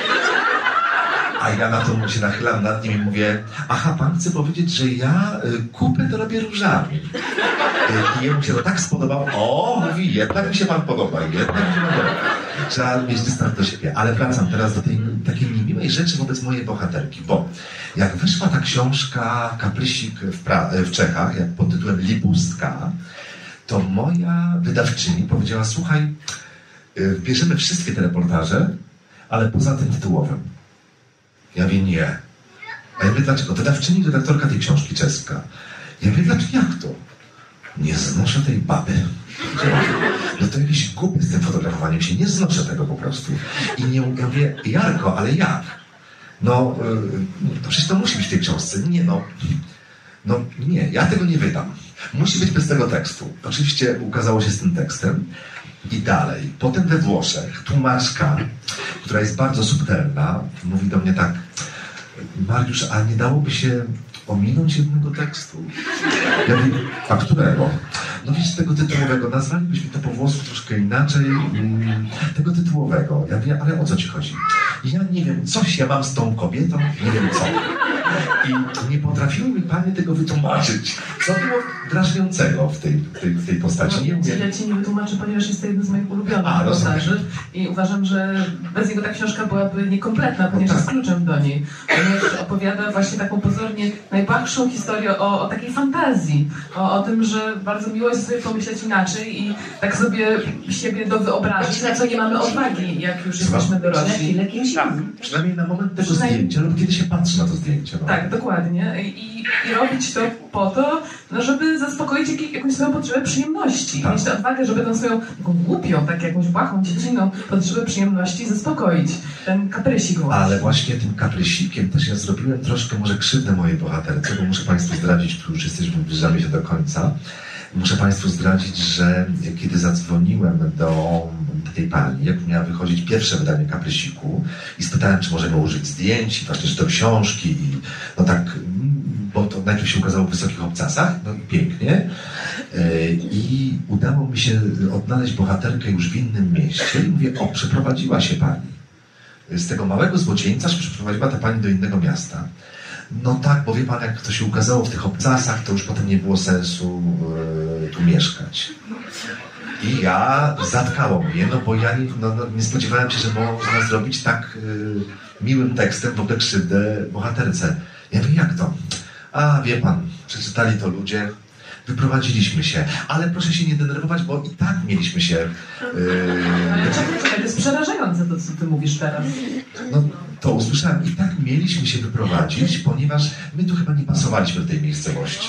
A ja na to się nachylam nad nim i mówię, aha, pan chce powiedzieć, że ja kupę to robię różami. I jemu się to tak spodobało, mówi, jednak mi się pan podoba, Trzeba mieć dystans do siebie. Ale wracam teraz do tej takiej niemiłej rzeczy wobec mojej bohaterki, bo jak wyszła ta książka Kaprysik w Czechach, jak pod tytułem Libustka, to moja wydawczyni powiedziała, słuchaj, bierzemy wszystkie te reportaże, ale poza tym tytułowym. Ja mówię, nie. A ja mówię, dlaczego? Wydawczyni, redaktorka tej książki czeska. Ja mówię, dlaczego, jak to? Nie znoszę tej baby. No to jakiś głupie z tym fotografowaniem się, nie znoszę tego po prostu. I ja mówię, Jarko, ale jak? No przecież to musi być w tej książce. Nie, ja tego nie wydam. Musi być bez tego tekstu. Oczywiście ukazało się z tym tekstem. I dalej. Potem we Włoszech tłumaczka, która jest bardzo subtelna, mówi do mnie tak, Mariusz, a nie dałoby się ominąć jednego tekstu? Ja mówię, a którego? No wiesz, tego tytułowego, nazwalibyśmy to po włosku troszkę inaczej, tego tytułowego. Ja mówię, ale o co ci chodzi? Ja nie wiem, coś ja mam z tą kobietą, nie wiem co. I nie potrafiły mi panie tego wytłumaczyć. Co było drażniącego w tej postaci? Ja ci nie wytłumaczę, ponieważ jest to jeden z moich ulubionych reportaży i uważam, że bez niego ta książka byłaby niekompletna, ponieważ jest kluczem do niej. Ponieważ opowiada właśnie taką pozornie najbłahszą historię o takiej fantazji, o tym, że bardzo miło jest sobie pomyśleć inaczej i tak sobie siebie dowyobrazić, na co nie mamy odwagi, jak już jesteśmy dorośli. Przynajmniej na moment tego zdjęcia lub kiedy się patrzy na to zdjęcie. No. Tak, dokładnie. I robić to po to, żeby zaspokoić jakąś swoją potrzebę przyjemności. Tak. Mieć tę odwagę, żeby tą swoją taką głupią, tak jakąś błahą, dziecinną potrzebę przyjemności zaspokoić. Ten kaprysik właśnie. Ale właśnie tym kaprysikiem też ja zrobiłem troszkę może krzywdę mojej bohaterce, bo muszę Państwu zdradzić, tu już zbliżamy się do końca. Muszę Państwu zdradzić, że kiedy zadzwoniłem do tej pani, jak miała wychodzić pierwsze wydanie Kaprysiku i spytałem, czy możemy użyć zdjęć, i właśnie, czy to książki i no tak, bo to najpierw się ukazało w Wysokich Obcasach, no i pięknie, i udało mi się odnaleźć bohaterkę już w innym mieście i mówię, o, przeprowadziła się pani. z tego małego złocieńca przeprowadziła ta pani do innego miasta. No tak, bo wie pan, jak to się ukazało w tych obcasach, to już potem nie było sensu tu mieszkać. I ja zatkało mnie, no bo ja nie spodziewałem się, że można zrobić tak miłym tekstem w ogóle krzywdę bohaterce. Ja mówię, jak to? A wie pan, przeczytali to ludzie, wyprowadziliśmy się, ale proszę się nie denerwować, bo i tak mieliśmy się... Ale czekaj, to jest przerażające to, co ty mówisz teraz. No to usłyszałem, i tak mieliśmy się wyprowadzić, ponieważ my tu chyba nie pasowaliśmy do tej miejscowości.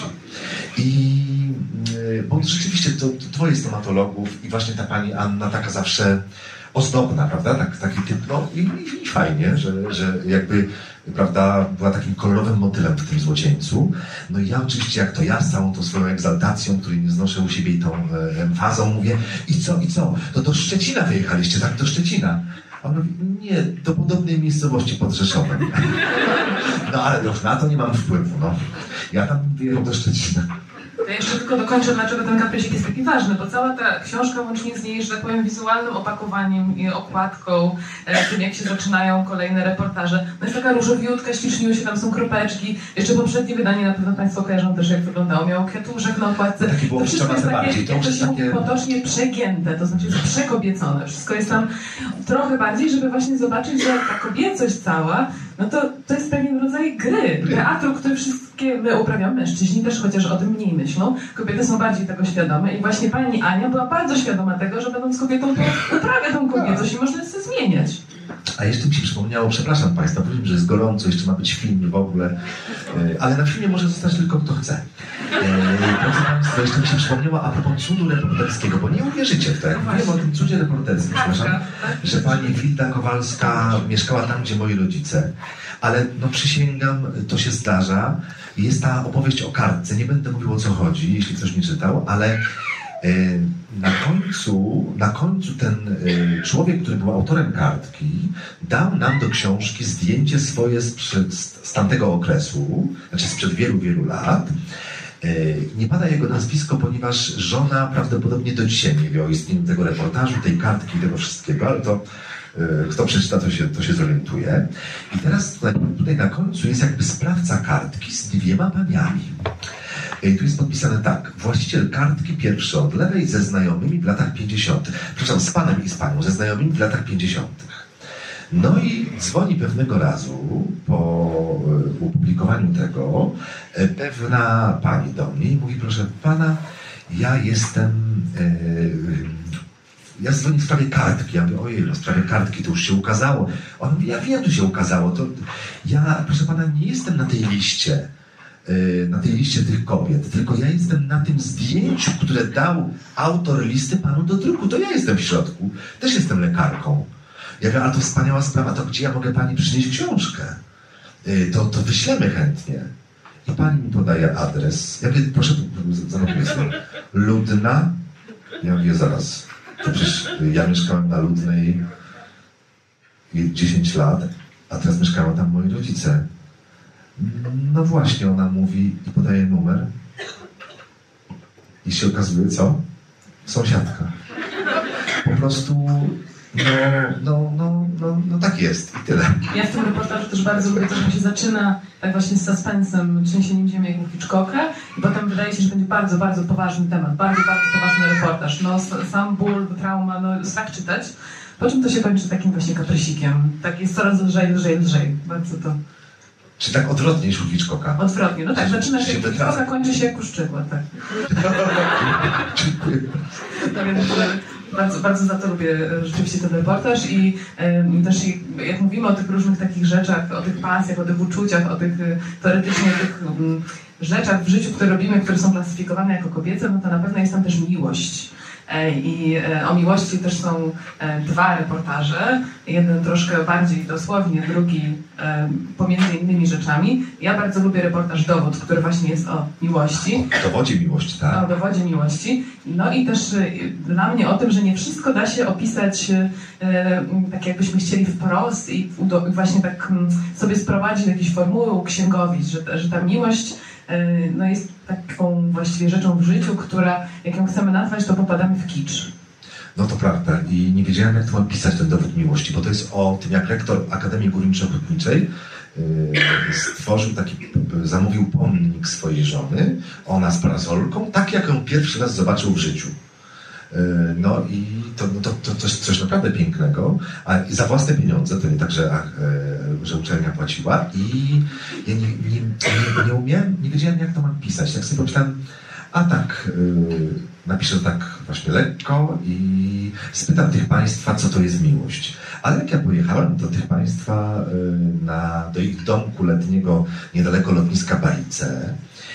Bo rzeczywiście to dwoje stomatologów i właśnie ta pani Anna taka zawsze ozdobna, prawda? Taki typ, no i fajnie, że jakby, prawda, była takim kolorowym motylem w tym złocieńcu. No i ja oczywiście, jak to ja, z całą tą swoją egzaltacją, której nie znoszę u siebie i tą emfazą mówię, i co? To do Szczecina wyjechaliście, tak? Do Szczecina. A on mówi, nie, do podobnej miejscowości pod Rzeszowem. No ale już na to nie mam wpływu, no. Ja tam wyjechał do Szczecina. Ja jeszcze tylko dokończę, dlaczego ten kaprysik jest taki ważny, bo cała ta książka łącznie z jej, że tak powiem, wizualnym opakowaniem i okładką, tym jak się zaczynają kolejne reportaże. No jest taka różowiutka, śliczniły się, tam są kropeczki. Jeszcze poprzednie wydanie na pewno Państwo kojarzą też, jak wyglądało. Miało kwiatuszek na okładce. Takie było to wszystko jest takie, jak to się mówi potocznie, przegięte, to znaczy jest przekobiecone. Wszystko jest tam trochę bardziej, żeby właśnie zobaczyć, że ta kobiecość cała, no to jest pewien rodzaj gry, teatru, który wszystkie my uprawiamy, mężczyźni też, chociaż o tym mniej myślą. Kobiety są bardziej tego świadome i właśnie pani Ania była bardzo świadoma tego, że będąc kobietą, to uprawia tą kobiecość i można się zmieniać. A jeszcze mi się przypomniało, przepraszam Państwa, powiem, że jest gorąco, jeszcze ma być film w ogóle, ale na filmie może zostać tylko kto chce. Drodzy Państwo, jeszcze mi się przypomniało a propos cudu reporterskiego, bo nie uwierzycie w to, jak mówiłem o tym cudzie reporterskim, przepraszam, że pani Wilda Kowalska mieszkała tam, gdzie moi rodzice, ale no przysięgam, to się zdarza. Jest ta opowieść o kartce, nie będę mówił o co chodzi, jeśli ktoś nie czytał, ale na końcu ten człowiek, który był autorem kartki, dał nam do książki zdjęcie swoje z tamtego okresu, znaczy sprzed wielu, wielu lat. Nie pada jego nazwisko, ponieważ żona prawdopodobnie do dzisiaj nie wie o istnieniu tego reportażu, tej kartki i tego wszystkiego, ale to kto przeczyta, to się zorientuje. I teraz tutaj na końcu jest jakby sprawca kartki z dwiema paniami. Tu jest podpisane tak. Właściciel kartki pierwszy od lewej ze znajomymi w latach 50. Przepraszam, z panem i z panią, ze znajomymi w latach 50. No i dzwoni pewnego razu po opublikowaniu tego pewna pani do mnie i mówi, proszę pana, ja dzwonię w sprawie kartki. Ja mówię, ojej, w sprawie kartki to już się ukazało. On mówi, ja wiem, to się ukazało. To ja, proszę pana, nie jestem na tej liście tych kobiet, tylko ja jestem na tym zdjęciu, które dał autor listy panu do druku. To ja jestem w środku. Też jestem lekarką. Ja mówię, ale to wspaniała sprawa, to gdzie ja mogę pani przynieść książkę? To wyślemy chętnie. I pani mi podaje adres. Ja mówię, proszę, zanotuję sobie. Ludna. Ja mówię, zaraz. To przecież ja mieszkałem na Ludnej 10 lat, a teraz mieszkają tam moi rodzice. No właśnie, ona mówi i podaje numer. I się okazuje, co? Sąsiadka. Po prostu, no tak jest i tyle. Ja w tym reportażu też bardzo lubię to, że się zaczyna tak właśnie z suspensem, trzęsieniem ziemi jak u Hitchcocka i potem wydaje się, że będzie bardzo, bardzo poważny temat, bardzo, bardzo poważny reportaż. No sam ból, trauma, no tak czytać. Po czym to się kończy takim właśnie kaprysikiem. Tak jest coraz lżej. Bardzo to... Czy tak odwrotnie niż u Hitchcocka? Odwrotnie, no tak. Zaczyna się jak Hitchcocka, kończy się jak u Szczygła, tak. Dziękuję. No więc bardzo, bardzo za to lubię rzeczywiście ten reportaż i też jak mówimy o tych różnych takich rzeczach, o tych pasjach, o tych uczuciach, o tych teoretycznie tych rzeczach w życiu, które robimy, które są klasyfikowane jako kobiece, no to na pewno jest tam też miłość. I o miłości też są dwa reportaże. Jeden troszkę bardziej dosłownie, drugi pomiędzy innymi rzeczami. Ja bardzo lubię reportaż Dowód, który właśnie jest o miłości. O dowodzie miłości, tak? O dowodzie miłości. No i też dla mnie o tym, że nie wszystko da się opisać tak jakbyśmy chcieli wprost i właśnie tak sobie sprowadzić do jakiejś formuły, uksięgowić, że ta miłość no jest taką właściwie rzeczą w życiu, która, jak ją chcemy nazwać, to popadamy w kicz. No to prawda i nie wiedziałem, jak to mam pisać, ten dowód miłości, bo to jest o tym, jak rektor Akademii Górniczo-Hutniczej stworzył zamówił pomnik swojej żony, ona z parasolką, tak jak ją pierwszy raz zobaczył w życiu. No i to coś naprawdę pięknego, a za własne pieniądze, to nie tak, że uczelnia płaciła i ja nie umiałem, nie wiedziałem, jak to mam pisać. Tak sobie pomyślałem, a tak, napiszę tak właśnie lekko i spytam tych państwa, co to jest miłość. Ale jak ja pojechałem do tych państwa, do ich domku letniego niedaleko lotniska Balice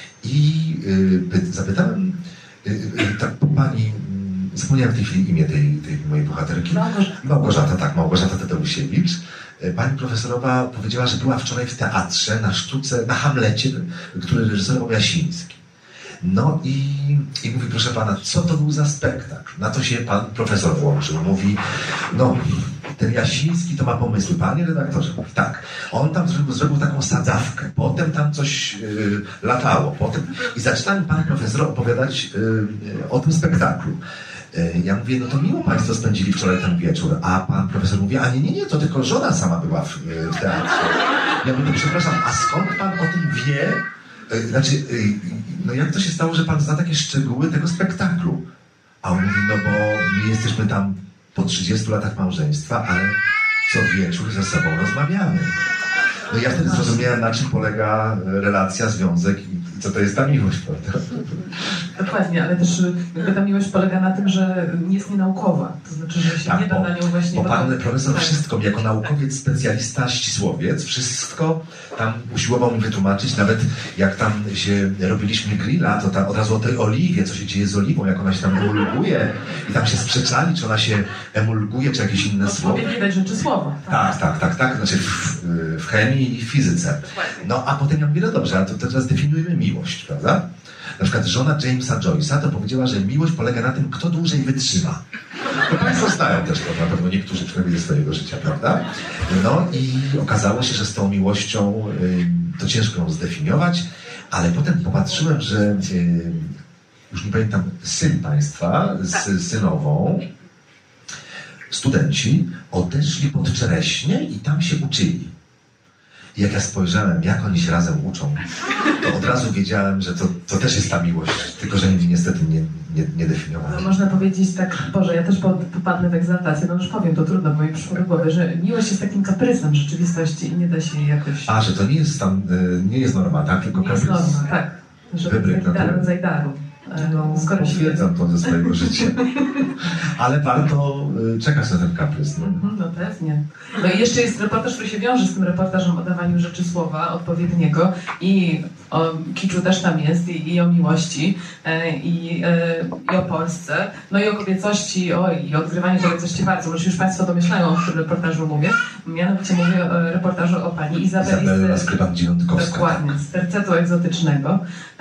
i zapytałem tak pani, zapomniałem w tej chwili imię tej mojej bohaterki. Małgorzata Tadeusiewicz. Pani profesorowa powiedziała, że była wczoraj w teatrze na sztuce, na Hamlecie, który reżyserował Jasiński. No i mówi, proszę pana, co to był za spektakl? Na to się pan profesor włączył. Mówi, no, ten Jasiński to ma pomysły. Panie redaktorze, mówi, tak. On tam zrobił taką sadzawkę. Potem tam coś latało. I zaczyna mi pan profesor opowiadać o tym spektaklu. Ja mówię, no to miło państwo spędzili wczoraj ten wieczór. A pan profesor mówi, a nie, to tylko żona sama była w teatrze. Ja mówię, przepraszam, a skąd pan o tym wie? Znaczy, no jak to się stało, że pan zna takie szczegóły tego spektaklu? A on mówi, no bo my jesteśmy tam po 30 latach małżeństwa, ale co wieczór ze sobą rozmawiamy. No i ja wtedy zrozumiałem, na czym polega relacja, związek i co to jest ta miłość, prawda? Dokładnie, ale też ta miłość polega na tym, że jest nienaukowa. To znaczy, że się nie da na nią właśnie... Bo pan profesor wszystko, jako naukowiec, specjalista, ścisłowiec, wszystko tam usiłował mi wytłumaczyć, nawet jak tam się robiliśmy grilla, to tam od razu o tej oliwie, co się dzieje z oliwą, jak ona się tam emulguje i tam się sprzeczali, czy ona się emulguje, czy jakieś inne słowo. Widać rzeczy słowa. Tak, znaczy w chemii i fizyce. No a potem ja mówię, no dobrze, a to teraz definiujmy miłość, prawda? Na przykład żona Jamesa Joyce'a to powiedziała, że miłość polega na tym, kto dłużej wytrzyma. To państwo znają też to, na pewno niektórzy przynajmniej ze swojego życia, prawda? No i okazało się, że z tą miłością to ciężko ją zdefiniować, ale potem popatrzyłem, że już nie pamiętam, syn państwa z synową, studenci odeszli pod Czereśnie i tam się uczyli. I jak ja spojrzałem, jak oni się razem uczą, to od razu wiedziałem, że to też jest ta miłość, tylko że niestety nie definiowałem. No, można powiedzieć tak, Boże, ja też popadnę w egzaltację, no już powiem, to trudno, bo mi przyszło do głowy, że miłość jest takim kaprysem rzeczywistości i nie da się jej jakoś... A, że to nie jest tam, nie jest norma, tak? Tylko kaprys. Nie jest norma, tak. Że to jest rodzaj daru. No, potwierdzam to ze swojego życia. Ale warto czekać na ten kaprys. No pewnie. No i jeszcze jest reportaż, który się wiąże z tym reportażem o dawaniu rzeczy słowa odpowiedniego i o kiczu też tam jest, i o miłości, i o Polsce, no i o kobiecości, i o odgrywaniu kobiecości bardzo, bo już państwo domyślają, o którym reportażu mówię. Mianowicie mówię o reportażu o pani Izabeli Skryban-Dziewiątkowska. Dokładnie, z tercetu egzotycznego,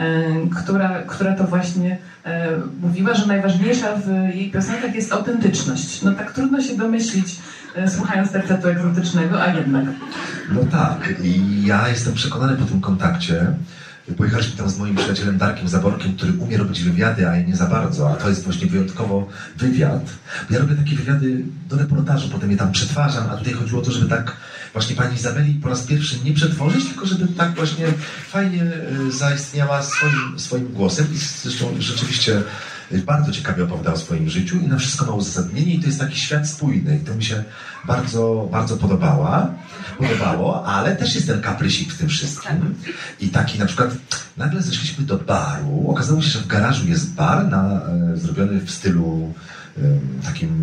która to właśnie mówiła, że najważniejsza w jej piosenkach jest autentyczność. No tak trudno się domyślić, słuchając tercetu egzotycznego, a jednak. No tak, i ja jestem przekonany po tym kontakcie. Pojechaliśmy tam z moim przyjacielem Darkiem Zaborkiem, który umie robić wywiady, a ja nie za bardzo, a to jest właśnie wyjątkowo wywiad. Ja robię takie wywiady do reportażu, potem je tam przetwarzam, a tutaj chodziło o to, żeby tak właśnie pani Izabeli po raz pierwszy nie przetworzyć, tylko żeby tak właśnie fajnie zaistniała swoim głosem i zresztą rzeczywiście bardzo ciekawie opowiadał o swoim życiu i na wszystko ma uzasadnienie i to jest taki świat spójny i to mi się bardzo, bardzo podobało, ale też jest ten kaprysik w tym wszystkim i taki na przykład nagle zeszliśmy do baru, okazało się, że w garażu jest bar zrobiony w stylu takim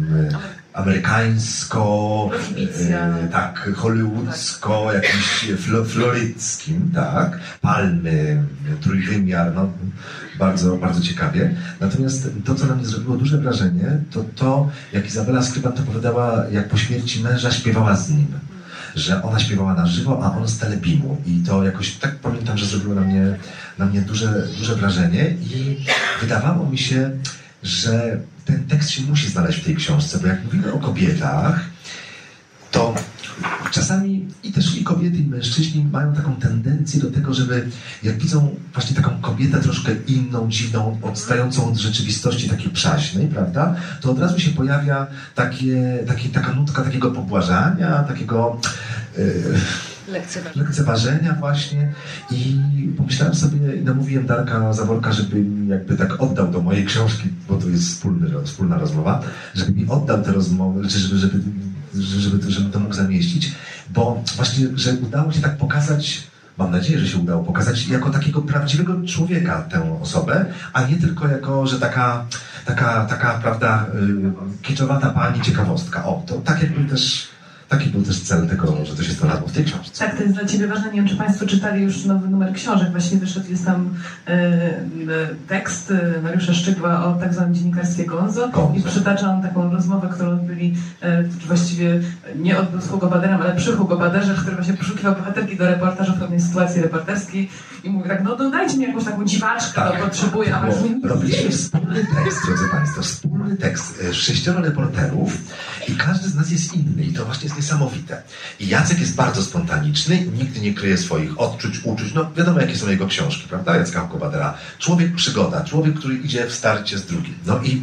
amerykańsko, tak, hollywoodzko, jakimś floryckim, tak, palmy, trójwymiar, no, bardzo, bardzo ciekawie. Natomiast to, co na mnie zrobiło duże wrażenie, to jak Izabela Skryban to opowiadała, jak po śmierci męża śpiewała z nim. Że ona śpiewała na żywo, a on z telebimu. I to jakoś tak pamiętam, że zrobiło na mnie duże wrażenie i wydawało mi się, że ten tekst się musi znaleźć w tej książce, bo jak mówimy o kobietach, to czasami i kobiety, i mężczyźni mają taką tendencję do tego, żeby jak widzą właśnie taką kobietę troszkę inną, dziwną, odstającą od rzeczywistości takiej przaśnej, prawda, to od razu się pojawia taka nutka takiego pobłażania, takiego lekceważenia właśnie i pomyślałem sobie i namówiłem Darka Zaworka, żeby mi jakby tak oddał do mojej książki, bo to jest wspólna rozmowa, żeby mi oddał tę rozmowę, żeby to mógł zamieścić, bo właśnie, że udało się tak pokazać, mam nadzieję, że się udało pokazać jako takiego prawdziwego człowieka tę osobę, a nie tylko jako, że taka prawda, kiczowata pani ciekawostka. O, to tak jakby też... Taki był też cel tego, że to się znalazło w tej książce. Tak, to jest dla Ciebie ważne. Nie wiem, czy Państwo czytali już nowy numer książek. Właśnie wyszedł, jest tam tekst Mariusza Szczygła o tak zwanym dziennikarstwie Gonzo. I przytacza on taką rozmowę, którą odbyli, właściwie nie odbył z Hugo Baderem, ale przy Hugo Baderze, który właśnie poszukiwał bohaterki do reportażu w pewnej sytuacji reporterskiej i mówi tak, no dodajcie mi jakąś taką dziwaczkę, tak, potrzebuję. A robiliśmy wspólny tekst, drodzy Państwo, wspólny tekst 6 reporterów i każdy z nas jest inny i to właśnie jest niesamowite. I Jacek jest bardzo spontaniczny, nigdy nie kryje swoich odczuć, uczuć. No wiadomo, jakie są jego książki, prawda? Jacka Hugo-Badera. Człowiek przygoda, człowiek, który idzie w starcie z drugim. No i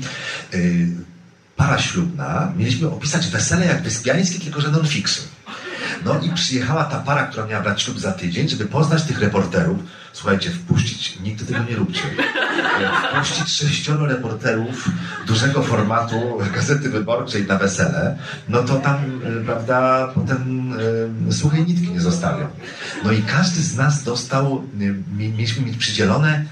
para ślubna, mieliśmy opisać wesele jak Wyspiańskie, tylko że non-fiction. No i przyjechała ta para, która miała brać ślub za tydzień, żeby poznać tych reporterów. Słuchajcie, wpuścić, nigdy tego nie róbcie. Wpuścić 6 reporterów dużego formatu Gazety Wyborczej na wesele, no to tam, prawda, potem suchej nitki nie zostawią. No i każdy z nas dostał, mieliśmy mieć przydzielone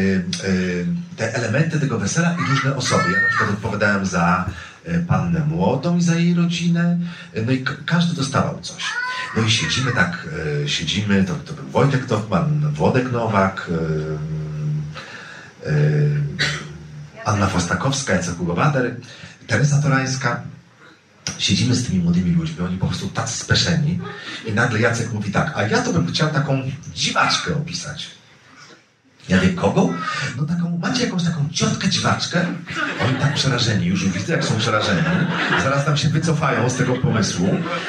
te elementy tego wesela i różne osoby. Ja na przykład odpowiadałem za pannę młodą i za jej rodzinę, no i każdy dostawał coś. No i siedzimy, to był Wojtek Tochman, Włodek Nowak, Anna Fostakowska, Jacek Hugo-Bader, Teresa Torańska. Siedzimy z tymi młodymi ludźmi, oni po prostu tacy speszeni i nagle Jacek mówi tak, a ja to bym chciał taką dziwaczkę opisać. Ja wiem, kogo? No taką, macie jakąś taką ciotkę dziwaczkę? Oni tak przerażeni, już widzę jak są przerażeni. Zaraz tam się wycofają z tego pomysłu.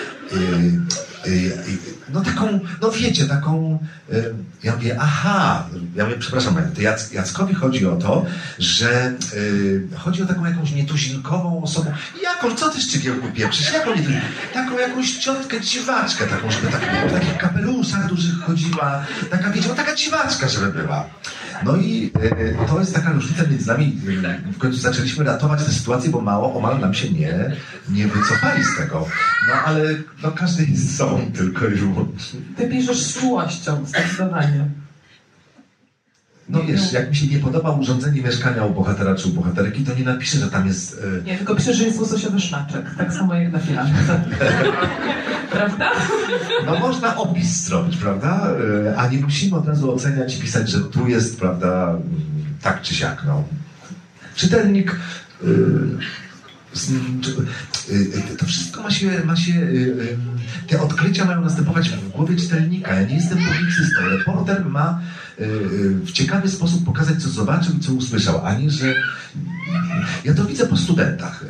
No taką, no wiecie, taką, ja mówię, przepraszam, to Jackowi chodzi o to, że chodzi o taką jakąś nietuzinkową osobę. Jaką, co ty Szczygiełku pieprzysz? Taką jakąś ciotkę dziwaczkę, taką, żeby w takich kapeluszach dużych chodziła, taka, wiecie, taka dziwaczka, żeby była. No i to jest taka różnica między nami. W końcu zaczęliśmy ratować tę sytuację, bo omal nam się nie wycofali z tego. No ale no, każdy jest sobą tylko i wyłącznie. Ty piszesz z czułością, zdecydowanie. No wiesz, jak mi się nie podoba urządzenie mieszkania u bohatera czy u bohaterki, to nie napiszę, że tam jest... Nie, tylko piszę, że jest łososiowy szlaczek. Tak samo jak na filmie. Prawda? No można opis zrobić, prawda? A nie musimy od razu oceniać i pisać, że tu jest, prawda, tak czy siak, no. Czytelnik... To wszystko ma się te odkrycia mają następować w głowie czytelnika. Ja nie jestem publicystą. Reporter ma w ciekawy sposób pokazać, co zobaczył i co usłyszał, a nie, że... Ja to widzę po studentach,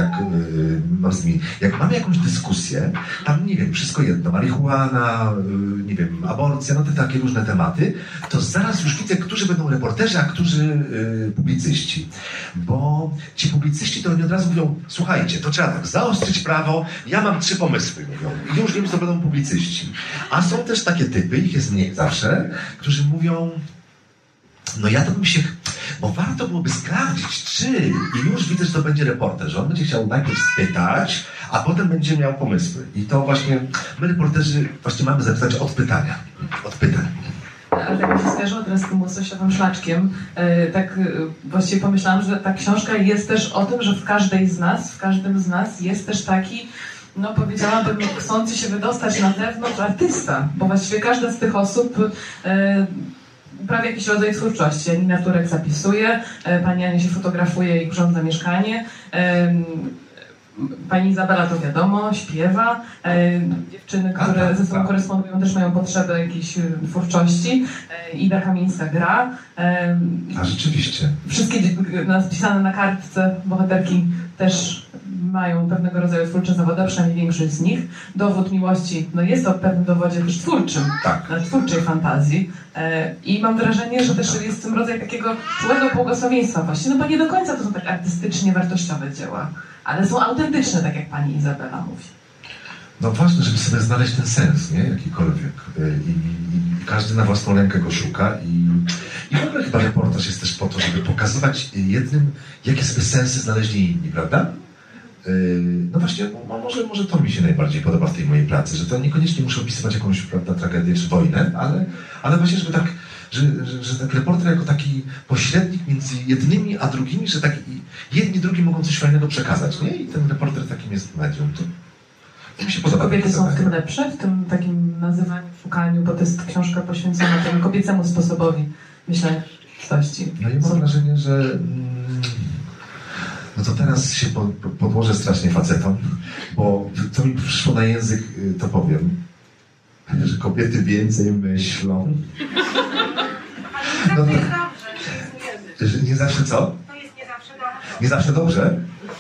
jak mamy jakąś dyskusję, tam, nie wiem, wszystko jedno, marihuana, nie wiem, aborcja, no te takie różne tematy, to zaraz już widzę, którzy będą reporterzy, a którzy publicyści. Bo ci publicyści to oni od razu mówią, słuchajcie, to trzeba tak zaostrzyć prawo, ja mam 3 pomysły, mówią. I już wiem, że to będą publicyści. A są też takie typy, ich jest mniej zawsze, którzy mówią, no ja to bym się... Bo warto byłoby sprawdzić, czy... I już widzę, że to będzie reporter, że on będzie chciał najpierw spytać, a potem będzie miał pomysły. I to właśnie my, reporterzy, właśnie mamy zapytać od pytania. Od pytań. Ale tak mi się skojarzyło teraz z tym łososiowym szlaczkiem. Tak właściwie pomyślałam, że ta książka jest też o tym, że w każdym z nas jest też taki, no powiedziałabym, chcący się wydostać na zewnątrz artysta. Bo właściwie każda z tych osób uprawia jakiś rodzaj twórczości. Janina Turek zapisuje, pani Ania się fotografuje i urządza mieszkanie. Pani Izabela to wiadomo, śpiewa. Dziewczyny, które ze sobą korespondują, też mają potrzebę jakiejś twórczości. Ida Kamińska gra. A rzeczywiście. Wszystkie napisane na kartce bohaterki też mają pewnego rodzaju twórcze zawody, a przynajmniej większość z nich. Dowód miłości jest to w pewnym dowodzie też twórczym, twórczej fantazji. I mam wrażenie, że też jest w tym rodzaj takiego czułego błogosławieństwa właśnie, bo nie do końca to są tak artystycznie wartościowe dzieła, ale są autentyczne, tak jak pani Izabela mówi. No ważne, żeby sobie znaleźć ten sens, nie? Jakikolwiek. I każdy na własną rękę go szuka i w ogóle chyba reportaż jest też po to, żeby pokazywać jednym, jakie sobie sensy znaleźli inni, prawda? No właśnie, może to mi się najbardziej podoba w tej mojej pracy, że to niekoniecznie muszę opisywać jakąś, prawda, tragedię czy wojnę, ale właśnie, żeby tak, że tak reporter jako taki pośrednik między jednymi a drugimi, że tak jedni drugi mogą coś fajnego przekazać, nie? I ten reporter takim jest medium. To mi się podoba. Kobiety są w tym lepsze, w tym takim nazywaniu, szukaniu, bo to jest książka poświęcona temu kobiecemu sposobowi myślenia rzeczywistości. No i mam wrażenie, że no to teraz się podłożę strasznie facetom, bo to mi przyszło na język, to powiem, że kobiety więcej myślą. No, że nie zawsze co? To jest nie zawsze dobrze. Nie zawsze dobrze?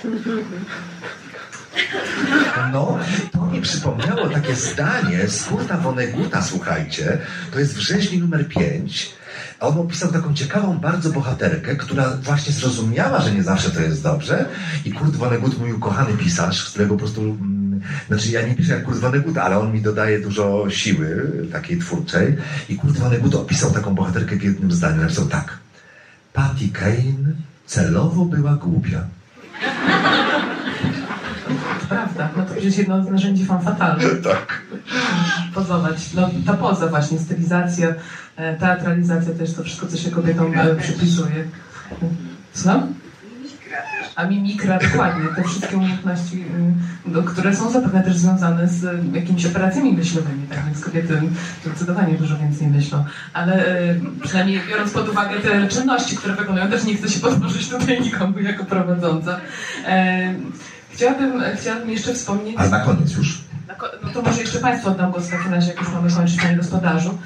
No, to mi przypomniało takie zdanie z Kurta Vonneguta, słuchajcie, to jest Wrześni numer 5. A on opisał taką ciekawą bardzo bohaterkę, która właśnie zrozumiała, że nie zawsze to jest dobrze. I Kurt Vonnegut, mój ukochany pisarz, z którego po prostu... Znaczy ja nie piszę jak Kurt Vonnegut, ale on mi dodaje dużo siły takiej twórczej. I Kurt Vonnegut opisał taką bohaterkę w jednym zdaniu. Napisał tak. Patty Kane celowo była głupia. Prawda, no to jest jedno z narzędzi fan fatalnych. Tak. Pozować. No, ta poza właśnie, stylizacja, teatralizacja, też to wszystko, co się kobietom przypisuje. Co? A mimikra, dokładnie. Te wszystkie umiejętności, które są zapewne też związane z jakimiś operacjami myślowymi, tak więc kobiety zdecydowanie dużo więcej myślą. Ale przynajmniej biorąc pod uwagę te czynności, które wykonują, też nie chcę się podłożyć tutaj nikomu jako prowadząca. Chciałabym jeszcze wspomnieć... A na koniec już? No to może jeszcze Państwu oddam głos w takim razie, jak już mamy kończyć, Panie Gospodarzu.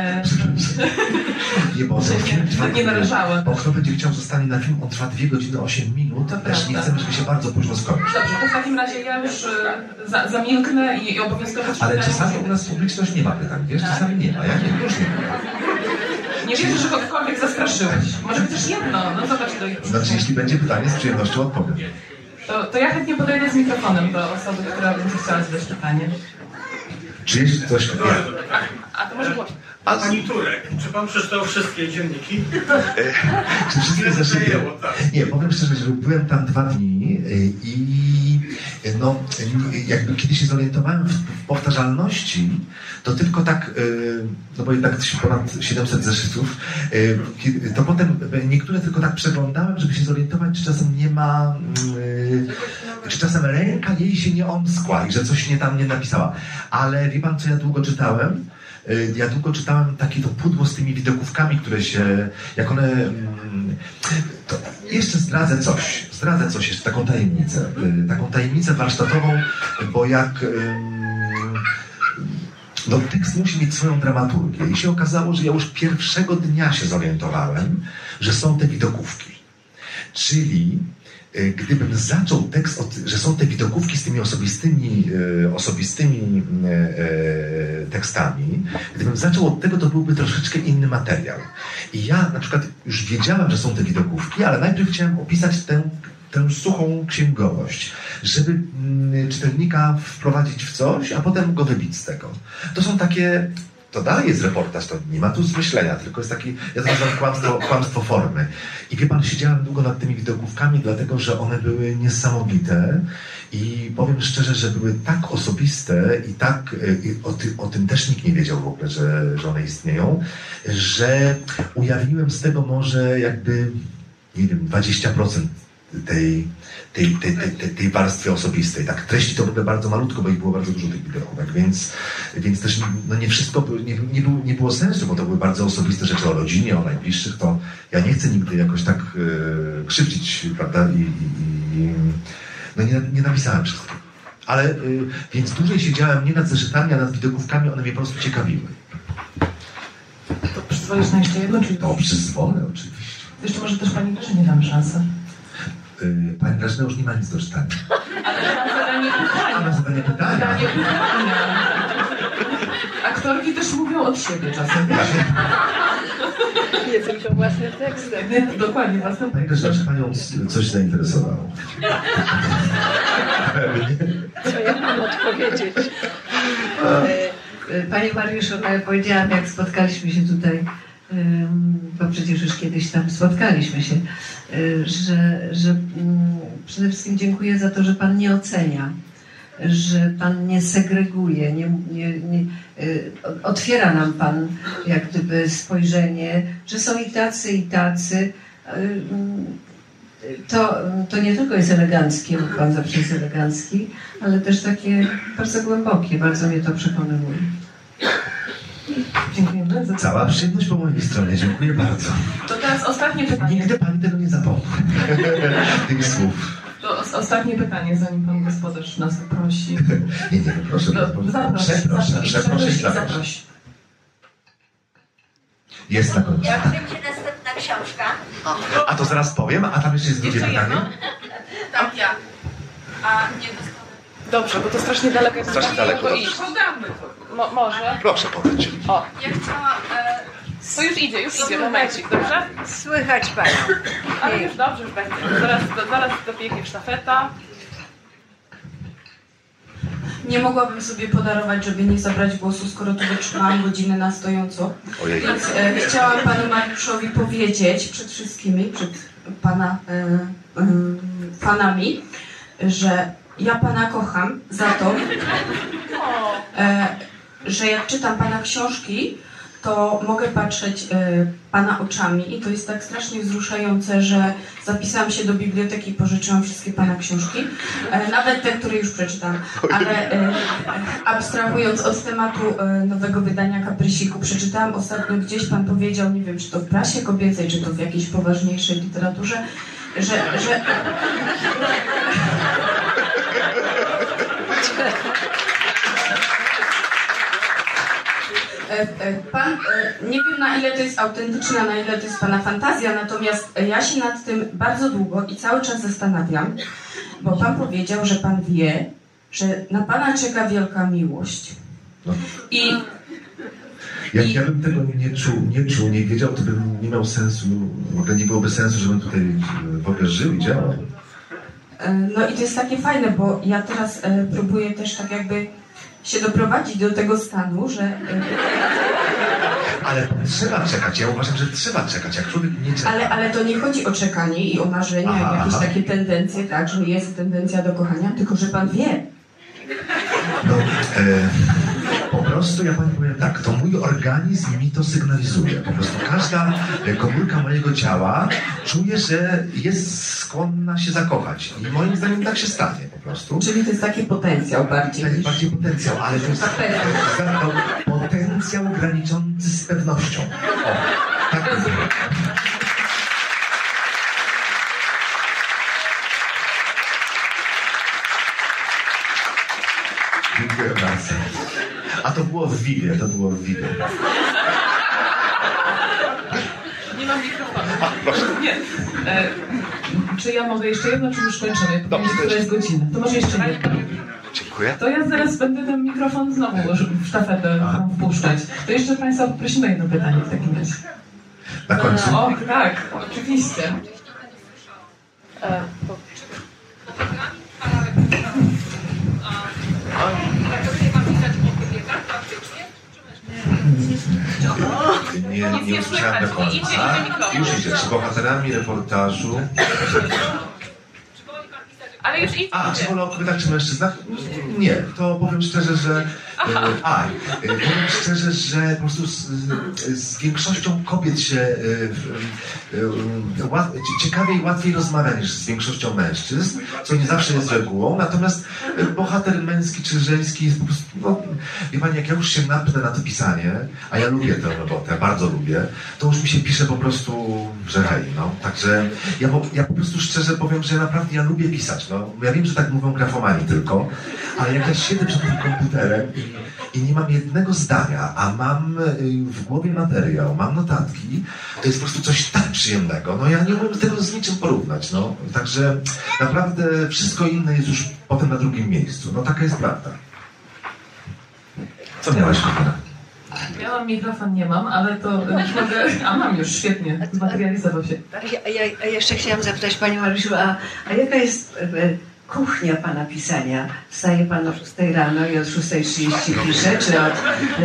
Nie, bo nie należało. Bo kto będzie chciał, zostanie na film, on trwa 2 godziny 8 minut, to też nie chcemy, żeby się bardzo późno skończył. Dobrze, to w takim razie ja już zamilknę i obowiązkowo... Ale czasami u nas publiczność nie ma pytań, wiesz? Czasami nie ma, ja nie, już nie ma. Nie wierzę, że kogokolwiek zastraszyłeś. Może chociaż jedno, no zobacz to ich. Znaczy, jeśli będzie pytanie, z przyjemnością odpowiem. To ja chętnie podejdę z mikrofonem do osoby, która będzie chciała zadać pytanie. Czy jest coś... A to może było... Pani Turek, czy pan przeczytał wszystkie dzienniki? Czy wszystkie zeszyty? Nie, powiem szczerze, że byłem tam 2 dni i no, jakby kiedy się zorientowałem w powtarzalności, to tylko tak, no bo jednak ponad 700 zeszytów, to potem niektóre tylko tak przeglądałem, żeby się zorientować, czy czasem nie ma, czy czasem ręka jej się nie omskła i że coś tam nie napisała. Ale wie pan, co ja długo czytałem? Ja długo czytałem takie to pudło z tymi widokówkami, które się, jak one... To jeszcze zdradzę coś, jeszcze taką tajemnicę warsztatową, bo jak... No tekst musi mieć swoją dramaturgię i się okazało, że ja już pierwszego dnia się zorientowałem, że są te widokówki. Czyli gdybym zaczął tekst, że są te widokówki z tymi osobistymi tekstami, gdybym zaczął od tego, to byłby troszeczkę inny materiał. I ja na przykład już wiedziałem, że są te widokówki, ale najpierw chciałem opisać tę suchą księgowość, żeby czytelnika wprowadzić w coś, a potem go wybić z tego. To są takie... To dalej jest reportaż, to nie ma tu zmyślenia, tylko jest taki, ja to nazywam kłamstwo formy. I wie pan, siedziałem długo nad tymi widokówkami, dlatego, że one były niesamowite i powiem szczerze, że były tak osobiste i tak, o tym też nikt nie wiedział w ogóle, że one istnieją, że ujawniłem z tego może jakby, nie wiem, 20% tej warstwy osobistej. Tak, treści to były bardzo malutko, bo ich było bardzo dużo tych widokówek, więc też no nie wszystko, nie było sensu, bo to były bardzo osobiste rzeczy o rodzinie, o najbliższych, to ja nie chcę nigdy jakoś tak krzywdzić, prawda, No nie napisałem wszystko. Ale, więc dłużej siedziałem nie nad zeszytami, a nad widokówkami, one mnie po prostu ciekawiły. To przyzwolisz na jeszcze jedno, czyli To przyzwolę oczywiście. jeszcze może też pani Grażynie damy szansę. Pani Grażyna już nie ma nic do czytania. Ale na zadanie pytania. A na zadanie pytania? Zadanie pytania. Aktorki też mówią od siebie czasem. Nie tylko własnym tekstem. Nie, dokładnie, własnym Pani Grażyna, czy Panią coś zainteresowało? Co ja mam odpowiedzieć? Panie Mariuszu, ja powiedziałam, jak spotkaliśmy się tutaj, bo przecież już kiedyś tam spotkaliśmy się, że przede wszystkim dziękuję za to, że Pan nie ocenia, że Pan nie segreguje, otwiera nam Pan jak gdyby spojrzenie, że są i tacy. To nie tylko jest eleganckie, bo Pan zawsze jest elegancki, ale też takie bardzo głębokie, bardzo mnie to przekonuje. Dziękujemy za to. Cała przyjemność po mojej stronie, dziękuję bardzo. To teraz ostatnie pytanie. Nigdy Pani tego nie zapomnę. Tych słów. To ostatnie pytanie, zanim pan gospodarz nas prosi. Nie, proszę. Przeproszę. Jest na końcu. Jak będzie następna książka? A to zaraz powiem, a tam jeszcze jest drugie pytanie. Tam ja. A nie dostanę. Dobrze, bo to strasznie daleko jest. Strasznie daleko, Tylko dobrze. iść. Może. Proszę podać. O, ja chciałam... To już idzie, momencik, dobrze? Słychać Panią. Ale już dobrze, już będzie. Zaraz dobiegnie sztafeta. Nie mogłabym sobie podarować, żeby nie zabrać głosu, skoro tu wytrzymałam godzinę na stojąco. Ojej. Więc chciałam panu Mariuszowi powiedzieć przed wszystkimi, przed pana fanami, że ja pana kocham za to, że jak czytam pana książki, to mogę patrzeć pana oczami i to jest tak strasznie wzruszające, że zapisałam się do biblioteki i pożyczyłam wszystkie pana książki, nawet te, które już przeczytałam, ale abstrahując od tematu nowego wydania Kaprysiku, przeczytałam ostatnio gdzieś, pan powiedział, nie wiem, czy to w prasie kobiecej, czy to w jakiejś poważniejszej literaturze, że pan, nie wiem na ile to jest autentyczne, na ile to jest pana fantazja, natomiast ja się nad tym bardzo długo i cały czas zastanawiam, bo pan powiedział, że pan wie, że na pana czeka wielka miłość. No. I Jak ja bym tego nie czuł, nie wiedział, to bym nie miał sensu, w ogóle nie byłoby sensu, żebym tutaj w ogóle żył i działał. no i to jest takie fajne, bo ja teraz próbuję też tak jakby się doprowadzić do tego stanu, że... Ale trzeba czekać, ja uważam, że trzeba czekać, jak człowiek nie czeka. Ale to nie chodzi o czekanie i o marzenia, i jakieś takie tendencje, tak, że jest tendencja do kochania, tylko że pan wie. No, po prostu ja pani powiem tak, to mój organizm mi to sygnalizuje. Po prostu każda komórka mojego ciała czuje, że jest skłonna się zakochać. I moim zdaniem tak się stanie po prostu. Czyli to jest taki potencjał bardziej Tak, niż... bardziej potencjał, ale to jest potencjał graniczący z pewnością. O, tak to jest. Dziękuję bardzo. A to było w Wiwie, Nie mam mikrofonu. Nie. Czy ja mogę jeszcze jedno, czy już kończymy? Dobrze, Która jest godzina. To może jeszcze jedno. Dziękuję. To ja zaraz będę ten mikrofon znowu w sztafetę wpuszczać. To jeszcze Państwa poprosimy jedno pytanie w takim razie. Na końcu. O, tak, oczywiście. Nie usłyszałem do końca. Już idzie. Czy bohaterami reportażu... Ale już idź. A, czy wolę o kobietach, czy mężczyznach? Nie, to powiem szczerze, że Powiem szczerze, że po prostu z większością kobiet się ciekawiej i łatwiej rozmawia niż z większością mężczyzn, co nie zawsze jest regułą, natomiast bohater męski czy żeński jest po prostu, no, wie pani, jak ja już się napnę na to pisanie, a ja lubię tę robotę, bardzo lubię, to już mi się pisze po prostu, że hej, no. Także ja po prostu szczerze powiem, że naprawdę ja lubię pisać, no. Ja wiem, że tak mówią grafomani tylko, ale jak ja siedzę przed tym komputerem i nie mam jednego zdania, a mam w głowie materiał, mam notatki, to jest po prostu coś tak przyjemnego. No ja nie umiem tego z niczym porównać, no. Także naprawdę wszystko inne jest już potem na drugim miejscu. No taka jest prawda. Co miałaś, kochana? Miałam mikrofon, nie mam, ale to już mogę... A mam już, świetnie, zmaterializował się. Ja jeszcze chciałam zapytać Panią Marysiu, a jaka jest kuchnia Pana pisania? Wstaje Pan o 6 rano i od 6:30 pisze, czy od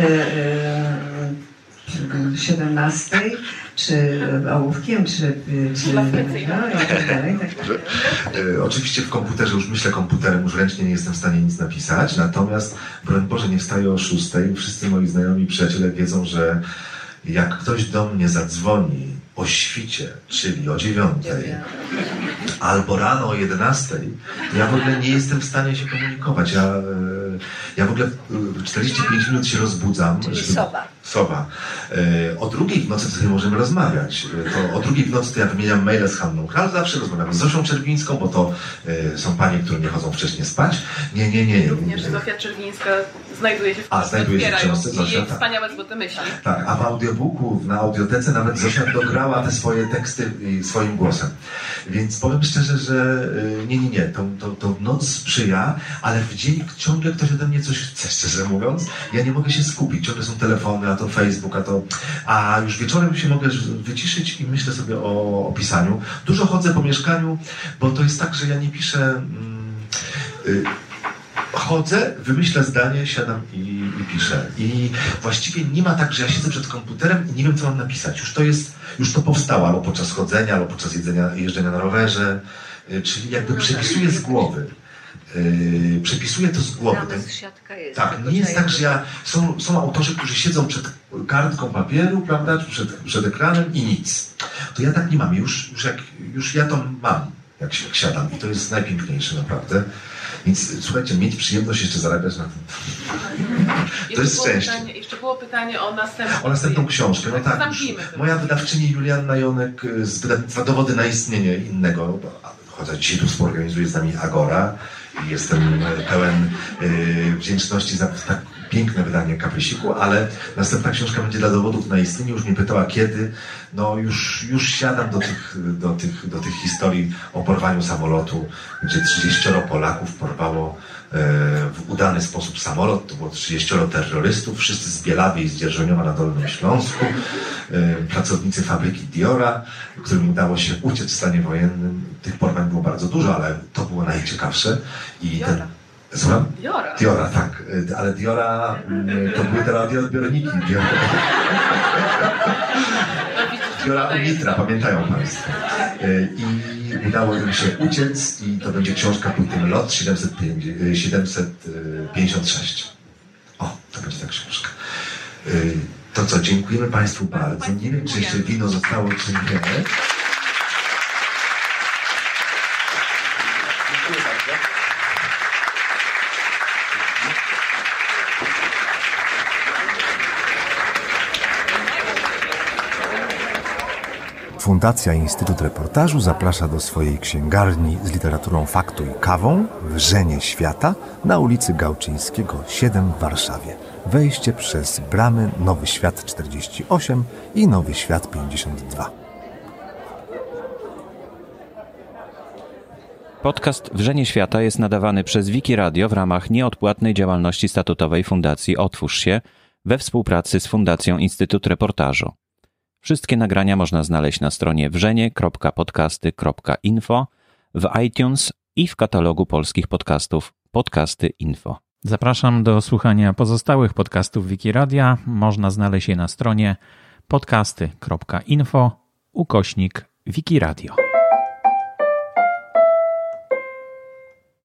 17, czy ołówkiem, czy no i tak dalej. Oczywiście w komputerze, już myślę komputerem, już ręcznie nie jestem w stanie nic napisać, natomiast broń Boże nie wstaję o 6. Wszyscy moi znajomi przyjaciele wiedzą, że jak ktoś do mnie zadzwoni o świcie, czyli o 9, albo rano o 11, ja w ogóle nie jestem w stanie się komunikować. Ja w ogóle 45 minut się rozbudzam. Czyli Sowa. O 2 w nocy sobie możemy rozmawiać. To o 2 w nocy to ja wymieniam maile z Hanną Kral, zawsze rozmawiam z Zosią Czerwińską, bo to są panie, które nie chodzą wcześniej spać. Nie. Również Zofia Czerwińska znajduje się w książce. Znajduje się w książce i Zosia, jej tak. wspaniałe złote myśli. Tak, a w audiobooku, na audiotece nawet Zosia dograła te swoje teksty swoim głosem. Więc powiem szczerze, że nie, to noc sprzyja, ale w dzień ciągle ktoś ode mnie coś chce, szczerze mówiąc. Ja nie mogę się skupić, ciągle są telefony, a to Facebook, a już wieczorem się mogę wyciszyć i myślę sobie o pisaniu. Dużo chodzę po mieszkaniu, bo to jest tak, że ja nie piszę... Chodzę, wymyślę zdanie, siadam i piszę. I właściwie nie ma tak, że ja siedzę przed komputerem i nie wiem, co mam napisać. Już to powstało, albo podczas chodzenia, albo podczas jeżdżenia na rowerze. Czyli jakby przepisuję z głowy. Przepisuję to z głowy. Tak, nie jest tak, że są autorzy, którzy siedzą przed kartką papieru, prawda, przed ekranem i nic. To ja tak nie mam. Już ja to mam, jak siadam. I to jest najpiękniejsze, naprawdę. Więc słuchajcie, mieć przyjemność jeszcze zarabiać na tym. To jest szczęście. Jeszcze było pytanie o następną. O następną książkę. No tak, moja wydawczyni Julianna Jonek z wydawnictwa Dowody na istnienie innego, chociaż dzisiaj tu współorganizuje z nami Agora i jestem pełen wdzięczności za tak piękne wydanie Kaprysiku, ale następna książka będzie dla Dowodów na istnienie. Już mnie pytała kiedy. No już siadam do tych historii o porwaniu samolotu, gdzie 30 Polaków porwało w udany sposób samolot. To było 30 terrorystów, wszyscy z Bielawy i z Dzierżoniowa na Dolnym Śląsku. Pracownicy fabryki Diora, którym udało się uciec w stanie wojennym. Tych porwań było bardzo dużo, ale to było najciekawsze. Słucham? Diora, tak. Ale Diora to były te radioodbiorniki. Diora Unitra, pamiętają Państwo. I udało im się uciec i to będzie książka pod tym lot 756. O, to będzie ta książka. To co, dziękujemy Państwu bardzo. Nie wiem, czy jeszcze wino zostało, czy nie. Dziękuję bardzo. Fundacja Instytut Reportażu zaprasza do swojej księgarni z literaturą faktu i kawą Wrzenie Świata na ulicy Gałczyńskiego 7 w Warszawie. Wejście przez bramy Nowy Świat 48 i Nowy Świat 52. Podcast Wrzenie Świata jest nadawany przez Wiki Radio w ramach nieodpłatnej działalności statutowej Fundacji Otwórz się we współpracy z Fundacją Instytut Reportażu. Wszystkie nagrania można znaleźć na stronie wrzenie.podcasty.info, w iTunes i w katalogu polskich podcastów Podcasty Info. Zapraszam do słuchania pozostałych podcastów Wiki Radia. Można znaleźć je na stronie podcasty.info/Wiki Radio.